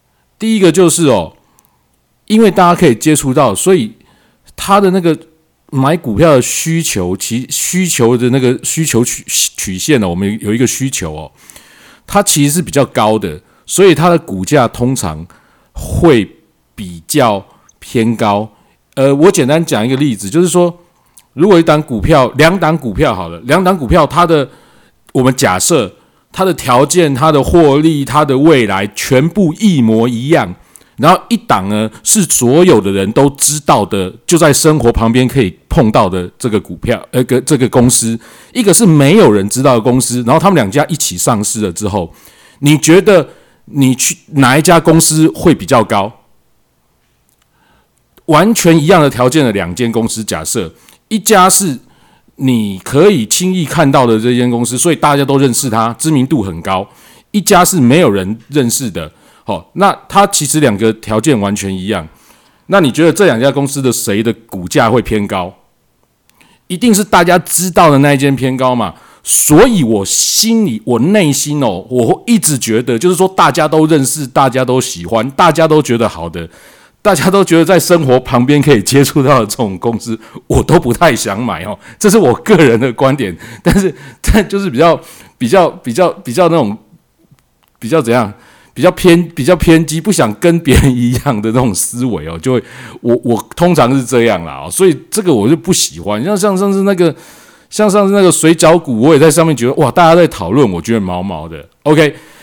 因为大家可以接触到，所以他的那个买股票的需求的那个需求曲线我们有一个需求它其实是比较高的，所以它的股价通常会比较偏高。我简单讲一个例子，就是说，如果2档股票好了，2档股票我们假设它的条件、它的获利、它的未来全部一模一样，然后一档呢是所有的人都知道的，就在生活旁边可以碰到的这个股票，这个公司，一个是没有人知道的公司，然后他们2家一起上市了之后，你觉得你去哪一家公司会比较高？完全一样的条件的2间公司，假设一家是你可以轻易看到的这间公司，所以大家都认识它，知名度很高；一家是没有人认识的。那它其实2个条件完全一样。那你觉得这2家公司的谁的股价会偏高？一定是大家知道的那一间偏高嘛。所以我内心我一直觉得，就是说大家都认识，大家都喜欢，大家都觉得好的。大家都觉得在生活旁边可以接触到的这种公司，我都不太想买这是我个人的观点。但就是比较那种比较怎样，比较偏激，不想跟别人一样的那种思维就会我通常是这样啦所以这个我就不喜欢。像上次那个水饺股，我也在上面觉得哇，大家在讨论，我觉得毛毛的。OK，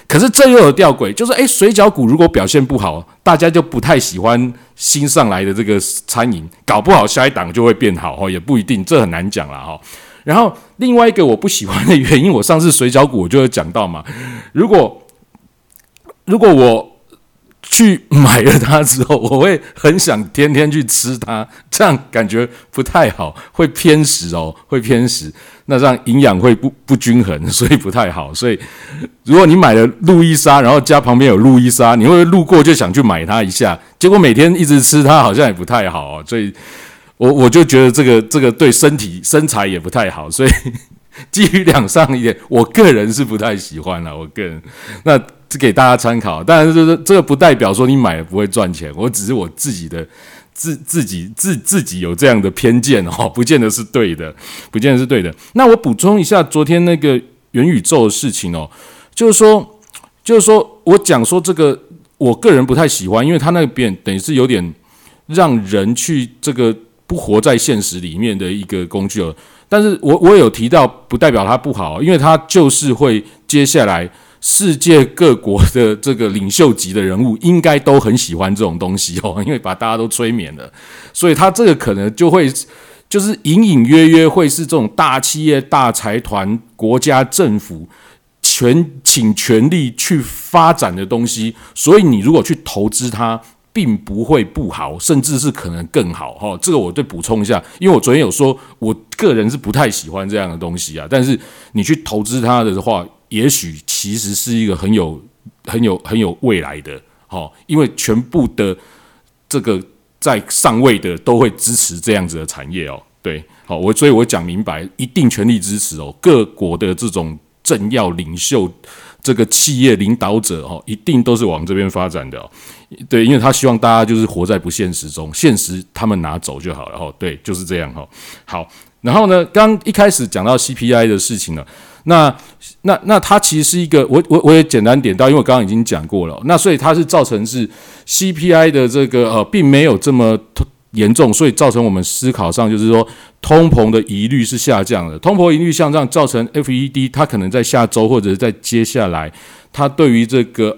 可是这又有吊诡，就是水饺股如果表现不好，大家就不太喜欢新上来的这个餐饮，搞不好下一档就会变好也不一定，这很难讲啦然后另外一个我不喜欢的原因，我上次水饺股我就有讲到嘛，如果我去买了它之后，我会很想天天去吃它，这样感觉不太好，会偏食会偏食，那这样营养会不均衡，所以不太好。所以如果你买了路易莎，然后家旁边有路易莎，你会路过就想去买它一下，结果每天一直吃它好像也不太好所以我就觉得这个对身材也不太好，所以基于两上一点，我个人是不太喜欢啦，我个人那给大家参考，当然这个不代表说你买了不会赚钱，我只是我自己的自己有这样的偏见不见得是对的，不见得是对的。那我补充一下昨天那个元宇宙的事情就是说我讲说这个我个人不太喜欢，因为他那边等于是有点让人去这个不活在现实里面的一个工具但是我有提到，不代表它不好，因为它就是会接下来世界各国的这个领袖级的人物应该都很喜欢这种东西因为把大家都催眠了，所以它这个可能就会就是隐隐约约会是这种大企业、大财团、国家政府请全力去发展的东西，所以你如果去投资它，并不会不好，甚至是可能更好这个我再补充一下，因为我昨天有说我个人是不太喜欢这样的东西但是你去投资它的话，也许其实是一个很有未来的因为全部的这个在上位的都会支持这样子的产业对所以我讲明白，一定全力支持各国的这种政要领袖，这个企业领导者一定都是往这边发展的对，因为他希望大家就是活在不现实中，现实他们拿走就好了对，就是这样好，然后呢，刚一开始讲到 CPI 的事情了，那它其实是一个我也简单点到，因为我刚刚已经讲过了，那所以它是造成是 CPI 的这个并没有这么严重，所以造成我们思考上就是说通膨的疑虑是下降的，通膨疑虑下降造成 FED 它可能在下周或者是在接下来，它对于这个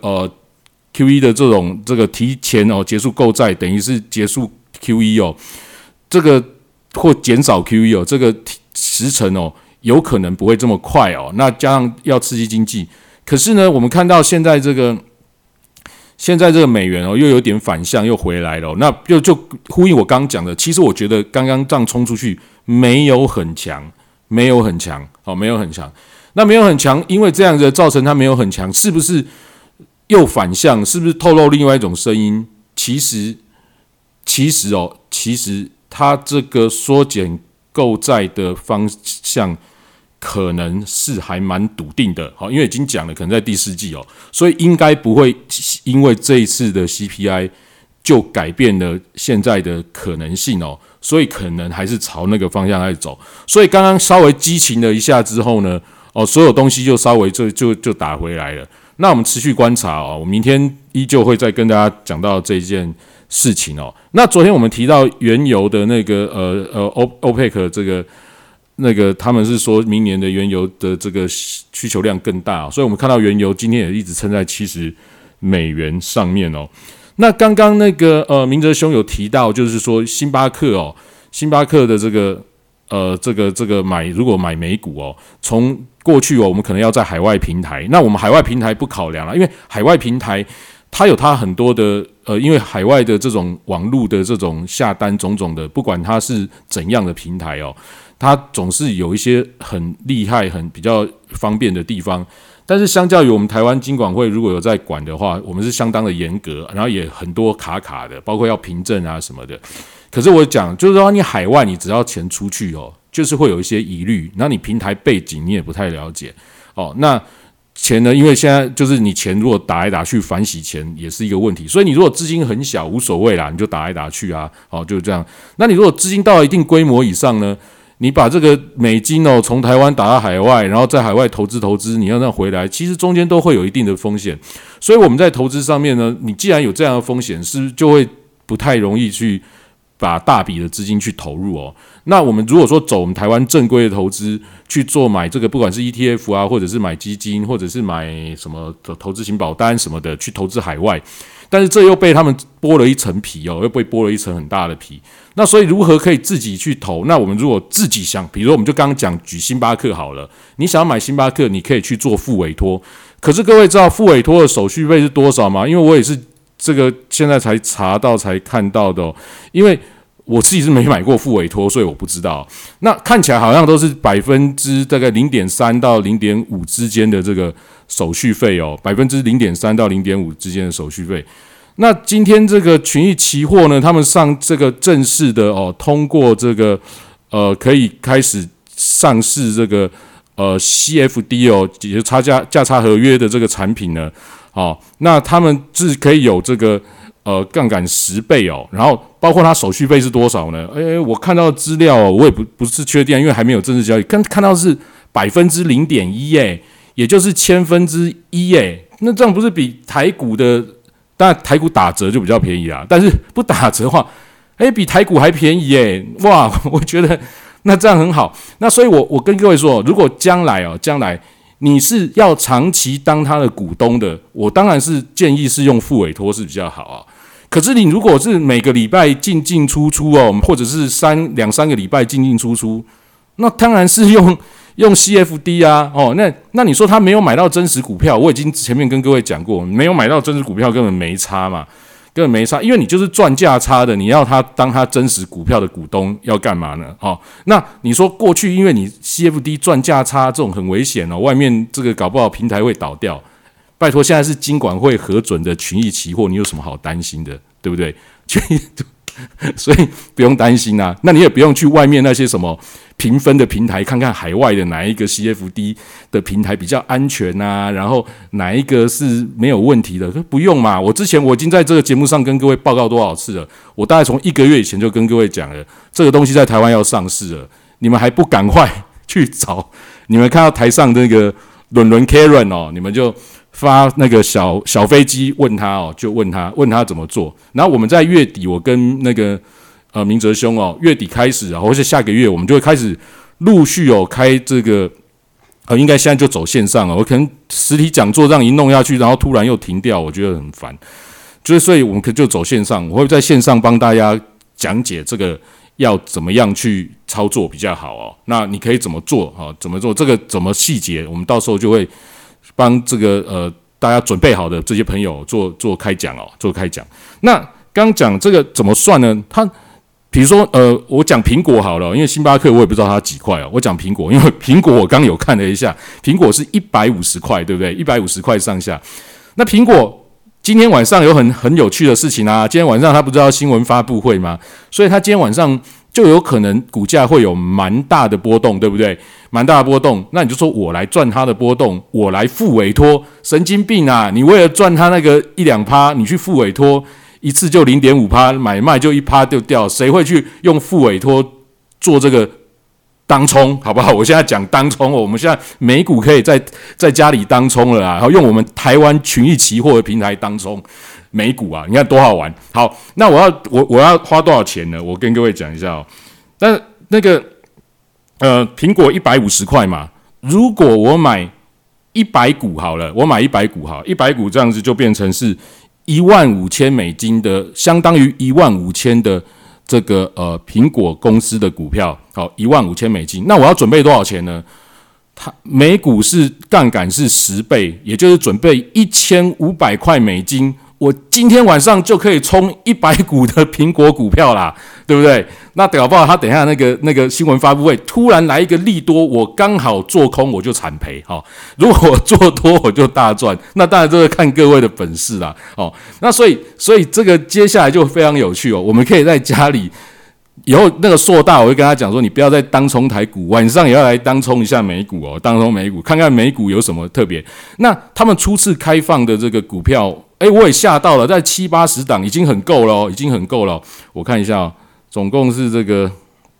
QE 的这个提前结束购债，等于是结束 QE 这个或减少 QE 这个时程有可能不会这么快那加上要刺激经济，可是呢，我们看到现在这个美元又有点反向又回来了那就呼应我刚刚讲的，其实我觉得刚刚这样冲出去没有很强，那没有很强，因为这样子造成它没有很强，是不是又反向？是不是透露另外一种声音？其实它这个缩减购债的方向可能是还蛮笃定的，因为已经讲了，可能在第四季所以应该不会因为这一次的 CPI 就改变了现在的可能性所以可能还是朝那个方向来走。所以刚刚稍微激情了一下之后呢，所有东西就稍微就打回来了。那我们持续观察我明天依旧会再跟大家讲到这一件事情那昨天我们提到原油的那个OPEC 这个那个他们是说明年的原油的这个需求量更大所以我们看到原油今天也一直撑在70美元上面那刚刚那个明哲兄有提到，就是说星巴克的这个如果买美股从过去我们可能要在海外平台，那我们海外平台不考量了，因为海外平台它有它很多的因为海外的这种网络的这种下单种种的，不管它是怎样的平台它总是有一些很厉害、很比较方便的地方。但是相较于我们台湾金管会如果有在管的话，我们是相当的严格，然后也很多卡的，包括要凭证啊什么的。可是我讲就是说，你海外你只要钱出去就是会有一些疑虑，然后你平台背景你也不太了解那钱呢？因为现在就是你钱如果打来打去反洗钱也是一个问题，所以你如果资金很小无所谓啦，你就打来打去就是这样。那你如果资金到了一定规模以上呢？你把这个美金从台湾打到海外，然后在海外投资，你要让回来，其实中间都会有一定的风险。所以我们在投资上面呢，你既然有这样的风险，是不是就会不太容易去把大笔的资金去投入哦。那我们如果说走我们台湾正规的投资去做买这个，不管是 ETF 啊，或者是买基金，或者是买什么投资型保单什么的，去投资海外，但是这又被他们剥了一层皮哦，又被剥了一层很大的皮。那所以如何可以自己去投？那我们如果自己想，比如说我们就刚刚讲举星巴克好了，你想要买星巴克，你可以去做副委托。可是各位知道副委托的手续费是多少吗？因为我也是这个现在才查到才看到的哦，因为我自己是没买过副委托，所以我不知道。那看起来好像都是大概 0.3 到 0.5 之间的这个手续费哦， 0.3 到 0.5 之间的手续费。那今天这个群益期货呢，他们上这个正式的哦，通过这个可以开始上市这个CFD 哦，也就是价差合约的这个产品呢，哦，那他们是可以有这个杠杆10倍哦，然后包括它手续费是多少呢？我看到的资料哦，我也不是确定，因为还没有正式交易，看到是 0.1% 耶，也就是1/1000耶，那这样不是比台股的？当然台股打折就比较便宜啦，但是不打折的话，比台股还便宜耶！哇，我觉得那这样很好。那所以我跟各位说，如果将来你是要长期当他的股东的，我当然是建议是用副委托是比较好啊。可是你如果是每个礼拜进出哦，或者是2、3个礼拜进出，那当然是用 CFD 啊，哦，那你说他没有买到真实股票，我已经前面跟各位讲过，没有买到真实股票根本没差嘛，根本没差，因为你就是赚价差的，你要他当他真实股票的股东要干嘛呢？哦，那你说过去因为你 CFD 赚价差这种很危险哦，外面这个搞不好平台会倒掉，拜托现在是金管会核准的群益期货，你有什么好担心的，对不对？所以不用担心啊，那你也不用去外面那些什么评分的平台看看海外的哪一个 CFD 的平台比较安全啊，然后哪一个是没有问题的，不用嘛。我已经在这个节目上跟各位报告多少次了，我大概从1个月以前就跟各位讲了，这个东西在台湾要上市了，你们还不赶快去找？你们看到台上那个伦 Karen 哦，你们就发那个小飞机问他哦，就问他怎么做。然后我们在月底，我跟那个明哲兄哦，月底开始啊，或是下个月，我们就会开始陆续哦开这个应该现在就走线上了。我可能实体讲座让一弄下去，然后突然又停掉，我觉得很烦。所以我们就走线上，我会在线上帮大家讲解这个要怎么样去操作比较好哦。那你可以怎么做啊？怎么做这个怎么细节，我们到时候就会帮这个大家准备好的这些朋友做开讲哦，做开讲。那刚讲这个怎么算呢？它比如说我讲苹果好了，因为星巴克我也不知道它几块哦。我讲苹果，因为苹果我刚有看了一下，苹果是150块，对不对？150块上下。那苹果今天晚上有很有趣的事情啊！今天晚上它不是要新闻发布会吗？所以它今天晚上就有可能股价会有蛮大的波动，对不对？蛮大的波动，那你就说我来赚它的波动，我来付委托，神经病啊！你为了赚它那个1-2%，你去付委托，一次就 0.5%， 买卖就1%就掉，谁会去用付委托做这个当冲，好不好？我现在讲当冲哦，我们现在美股可以在家里当冲了啦，然后用我们台湾群益期货的平台当冲美股啊，你看多好玩！好，那我要花多少钱呢？我跟各位讲一下哦。那个苹果150块嘛，如果我买100股好了，我买100股好，100股这样子就变成是$15,000的，相当于15000的这个苹果公司的股票，好$15,000。那我要准备多少钱呢？它每股是杠杆是10倍，也就是准备$1500块。我今天晚上就可以冲100股的苹果股票啦，对不对？那搞不好他等一下那个新闻发布会突然来一个利多，我刚好做空我就惨赔哈。如果我做多我就大赚，那当然这个看各位的本事啦。哦，那所以这个接下来就非常有趣哦。我们可以在家里以后那个硕大，我会跟他讲说，你不要再当冲台股，晚上也要来当冲一下美股哦，当冲美股，看看美股有什么特别。那他们初次开放的这个股票。我也吓到了，在70-80档已经很够了哦，已经很够了哦。我看一下哦，总共是这个，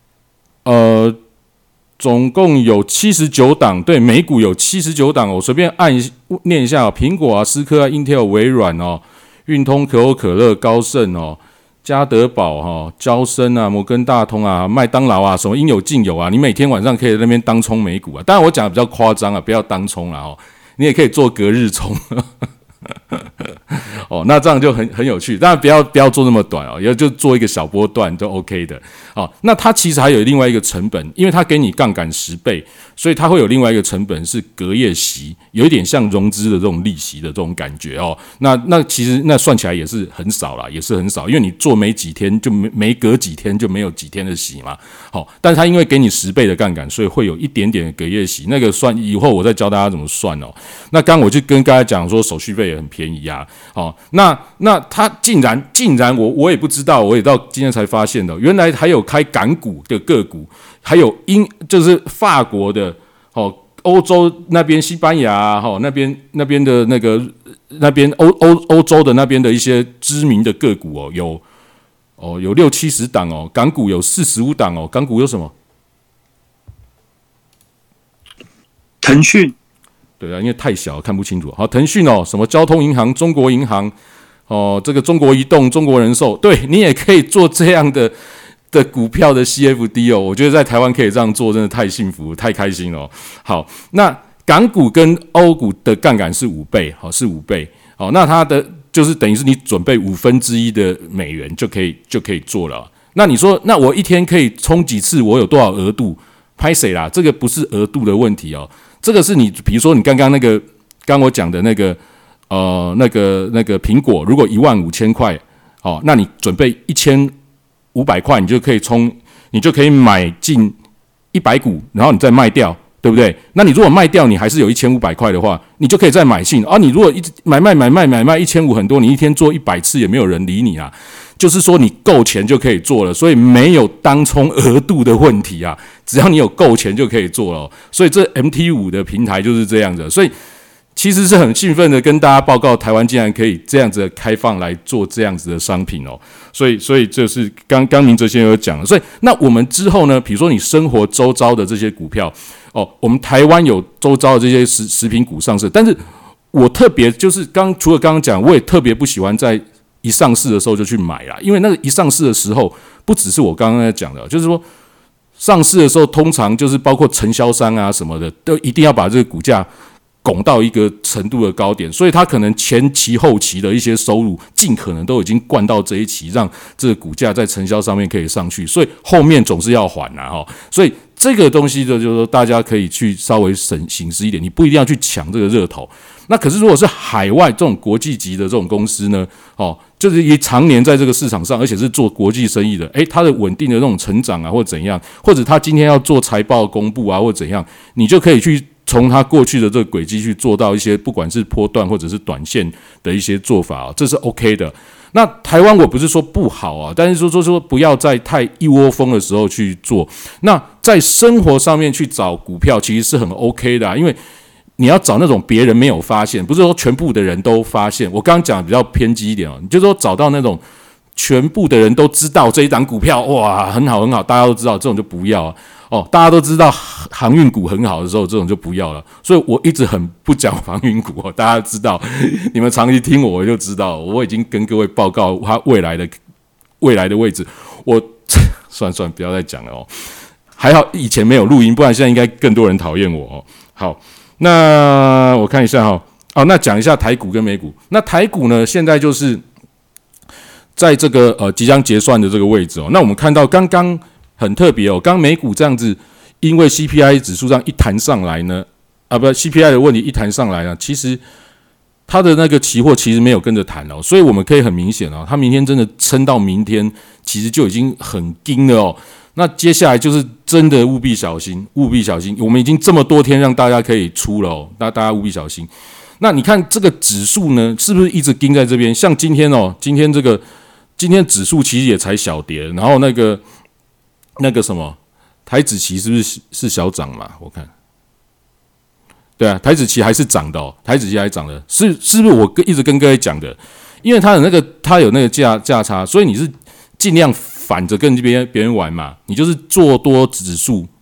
总共有79档，对，美股有79档，我随便念一下哦，苹果啊、思科啊、Intel、微软哦、运通、可口可乐、高盛哦， 家得宝交生啊，摩根大通啊，麦当劳啊，什么应有尽有啊，你每天晚上可以在那边当冲美股啊。当然我讲的比较夸张啊，不要当冲啦你也可以做隔日冲。那这样就很有趣，当然不要做那么短也就做一个小波段都 OK 的。那它其实还有另外一个成本，因为它给你杠杆10倍，所以它会有另外一个成本是隔夜息，有一点像融资的这种利息的这种感觉那其实那算起来也是很少啦，也是很少，因为你做没几天就没隔几天就没有几天的息嘛。但是它因为给你10倍的杠杆，所以会有一点点的隔夜息，那个算以后我再教大家怎么算那刚我就跟大家讲说手续费也很便宜啊。那他竟然我也不知道，我也到今天才发现的，原来还有开港股的个股，还有就是法国的欧洲那边西班牙那边的那边欧洲的那边的一些知名的个股有60-70档港股有45档港股有什么？ 腾讯。 对啊，因为太小看不清楚。好，腾讯什么交通银行、中国银行这个中国移动、中国人寿，对你也可以做这样的股票的 CFD 我觉得在台湾可以这样做，真的太幸福、太开心了。好，那港股跟欧股的杠杆是5倍，是5倍。那它的就是等于是你准备1/5的美元就可以做了。那你说，那我一天可以冲几次？我有多少额度？拍谁啦？这个不是额度的问题这个是你，比如说你刚我讲的那个苹果，如果15000块，那你准备1500块，你就可以买进100股，然后你再卖掉，对不对？那你如果卖掉，你还是有1500块的话，你就可以再买进你如果一直买卖1500很多，你一天做100次也没有人理你啊。就是说你够钱就可以做了，所以没有当冲额度的问题啊，只要你有够钱就可以做了。所以这 MT5 的平台就是这样子，所以其实是很兴奋的跟大家报告，台湾竟然可以这样子的开放来做这样子的商品所以这是刚明哲先生有讲了。所以那我们之后呢，比如说你生活周遭的这些股票我们台湾有周遭的这些食品股上市，但是我特别就是除了刚刚讲，我也特别不喜欢在一上市的时候就去买啦，因为那个一上市的时候，不只是我刚刚在讲的，就是说上市的时候，通常就是包括承销商啊什么的，都一定要把这个股价拱到一个程度的高点，所以他可能前期后期的一些收入，尽可能都已经灌到这一期，让这个股价在承销上面可以上去，所以后面总是要还所以这个东西就是说大家可以去稍微醒思一点，你不一定要去抢这个热头。那可是如果是海外这种国际级的这种公司呢就是也常年在这个市场上，而且是做国际生意的，它的稳定的那种成长啊，或者怎样，或者它今天要做财报公布啊，或者怎样，你就可以去从它过去的这个轨迹去做到一些不管是波段或者是短线的一些做法这是 OK 的。那台湾我不是说不好但是说不要在太一窝蜂的时候去做。那在生活上面去找股票其实是很 OK 的因为你要找那种别人没有发现，不是说全部的人都发现。我刚刚讲的比较偏激一点你就说找到那种全部的人都知道这一档股票哇很好很好，大家都知道，这种就不要大家都知道航运股很好的时候，这种就不要了。所以我一直很不讲航运股大家知道，你们长期听我就知道，我已经跟各位报告它未来的位置。我算不要再讲了还好以前没有录音，不然现在应该更多人讨厌我好。那我看一下那讲一下台股跟美股。那台股呢，现在就是在这个即将结算的这个位置那我们看到刚刚很特别刚美股这样子，因为 CPI 指数上一弹上来呢CPI 的问题一弹上来呢，其实它的那个期货其实没有跟着弹所以我们可以很明显它明天真的撑到明天，其实就已经很惊了那接下来就是真的务必小心，务必小心。我们已经这么多天让大家可以出了那大家务必小心。那你看这个指数呢，是不是一直盯在这边？像今天今天指数其实也才小跌，然后那个什么台指期是不是小涨嘛？我看，对啊，台指期还是涨的台指期还涨的，是不是我一直跟各位讲的？因为它有那个价差，所以你是尽量反着跟别人玩嘛，你就是做多指数，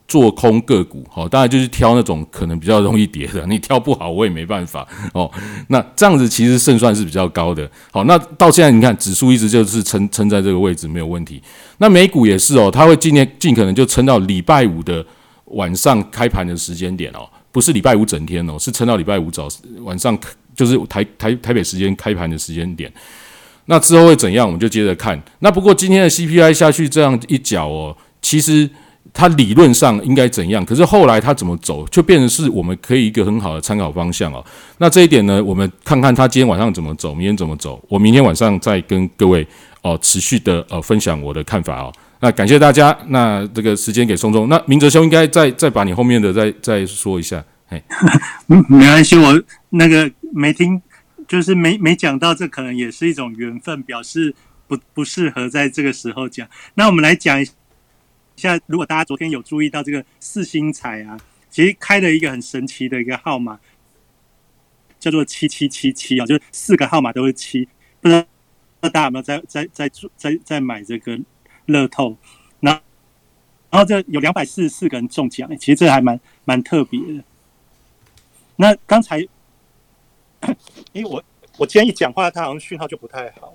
做空个股，当然就是挑那种可能比较容易跌的，你挑不好我也没办法那这样子其实胜算是比较高的。好，那到现在你看指数一直就是撑在这个位置没有问题。那美股也是它会尽可能就撑到礼拜五的晚上开盘的时间点不是礼拜五整天是撑到礼拜五晚上，就是台北时间开盘的时间点。那之后会怎样，我们就接着看。那不过今天的 CPI 下去这样一脚其实它理论上应该怎样，可是后来它怎么走，就变成是我们可以一个很好的参考方向那这一点呢，我们看看它今天晚上怎么走，明天怎么走。我明天晚上再跟各位持续的分享我的看法那感谢大家，那这个时间给松松。那明哲兄应该再把你后面的再说一下。 没关系，我那个没听。就是没讲到，这可能也是一种缘分，表示不适合在这个时候讲。那我们来讲一下，如果大家昨天有注意到这个四星彩其实开了一个很神奇的一个号码，叫做7777就是4个号码都是7，不知道大家有没有在买这个乐透？然后这有244个人中奖，其实这还蛮特别的。那刚才。因为我今天一讲话，他好像讯号就不太好。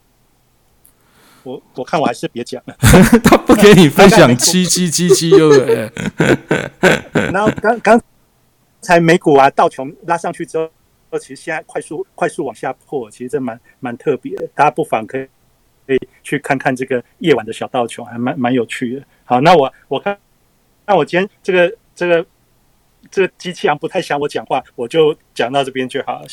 我看我还是别讲了。 他不给你分享7777，对不对？ 然后刚才美股道琼拉上去之后，其实现在快速往下破，其实这蛮特别的。大家不妨可以去看看这个夜晚的小道琼，还蛮有趣的。好，那我看，那我今天这个机器不太想我讲话，我就讲到这边就好了。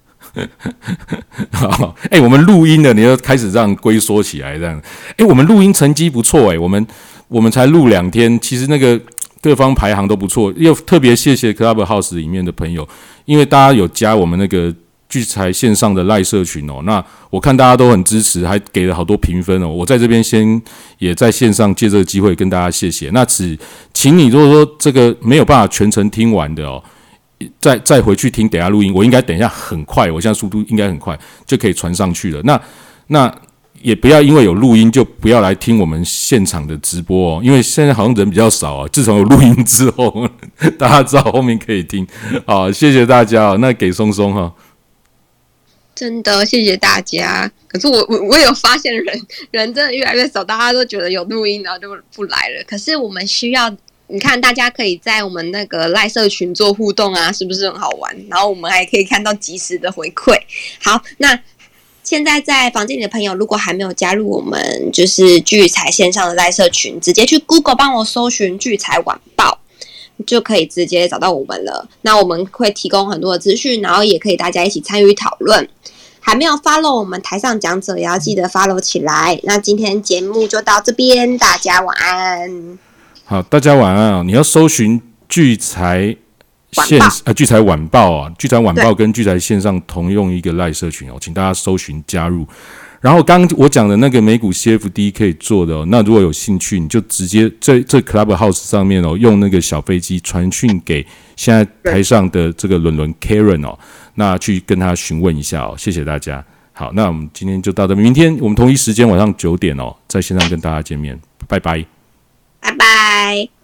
好，我们录音的，你要开始这样龟缩起来，这样。我们录音成绩不错，我们才录2天，其实那个各方排行都不错。又特别谢谢 Clubhouse 里面的朋友，因为大家有加我们那个聚财线上的赖社群那我看大家都很支持，还给了好多评分我在这边先也在线上借这个机会跟大家谢谢。那请你如果说这个没有办法全程听完的再回去听等一下录音，我应该等一下很快，我现在速度应该很快就可以传上去了。那也不要因为有录音就不要来听我们现场的直播因为现在好像人比较少自从有录音之后，大家知道后面可以听。好，谢谢大家那给松松真的谢谢大家。可是我有发现人真的越来越少，大家都觉得有录音然后就不来了。可是我们需要，你看大家可以在我们那个赖社群做互动是不是很好玩？然后我们还可以看到即时的回馈。好，那现在在房间里的朋友，如果还没有加入我们就是聚财线上的赖社群，直接去 Google 帮我搜寻聚财晚报，就可以直接找到我们了。那我们会提供很多的资讯，然后也可以大家一起参与讨论。还没有 follow 我们台上讲者，也要记得 follow 起来。那今天节目就到这边，大家晚安。 好，大家晚安你要搜寻聚财聚财晚报聚财晚报跟聚财线上同用一个赖社群请大家搜寻加入。然后刚我讲的那个美股 CFD 可以做的那如果有兴趣，你就直接这 Clubhouse 上面用那个小飞机传讯给现在台上的这个伦 Karen 那去跟他询问一下谢谢大家。好，那我们今天就到这，明天我们同一时间晚上9点在线上跟大家见面，拜拜， 拜拜。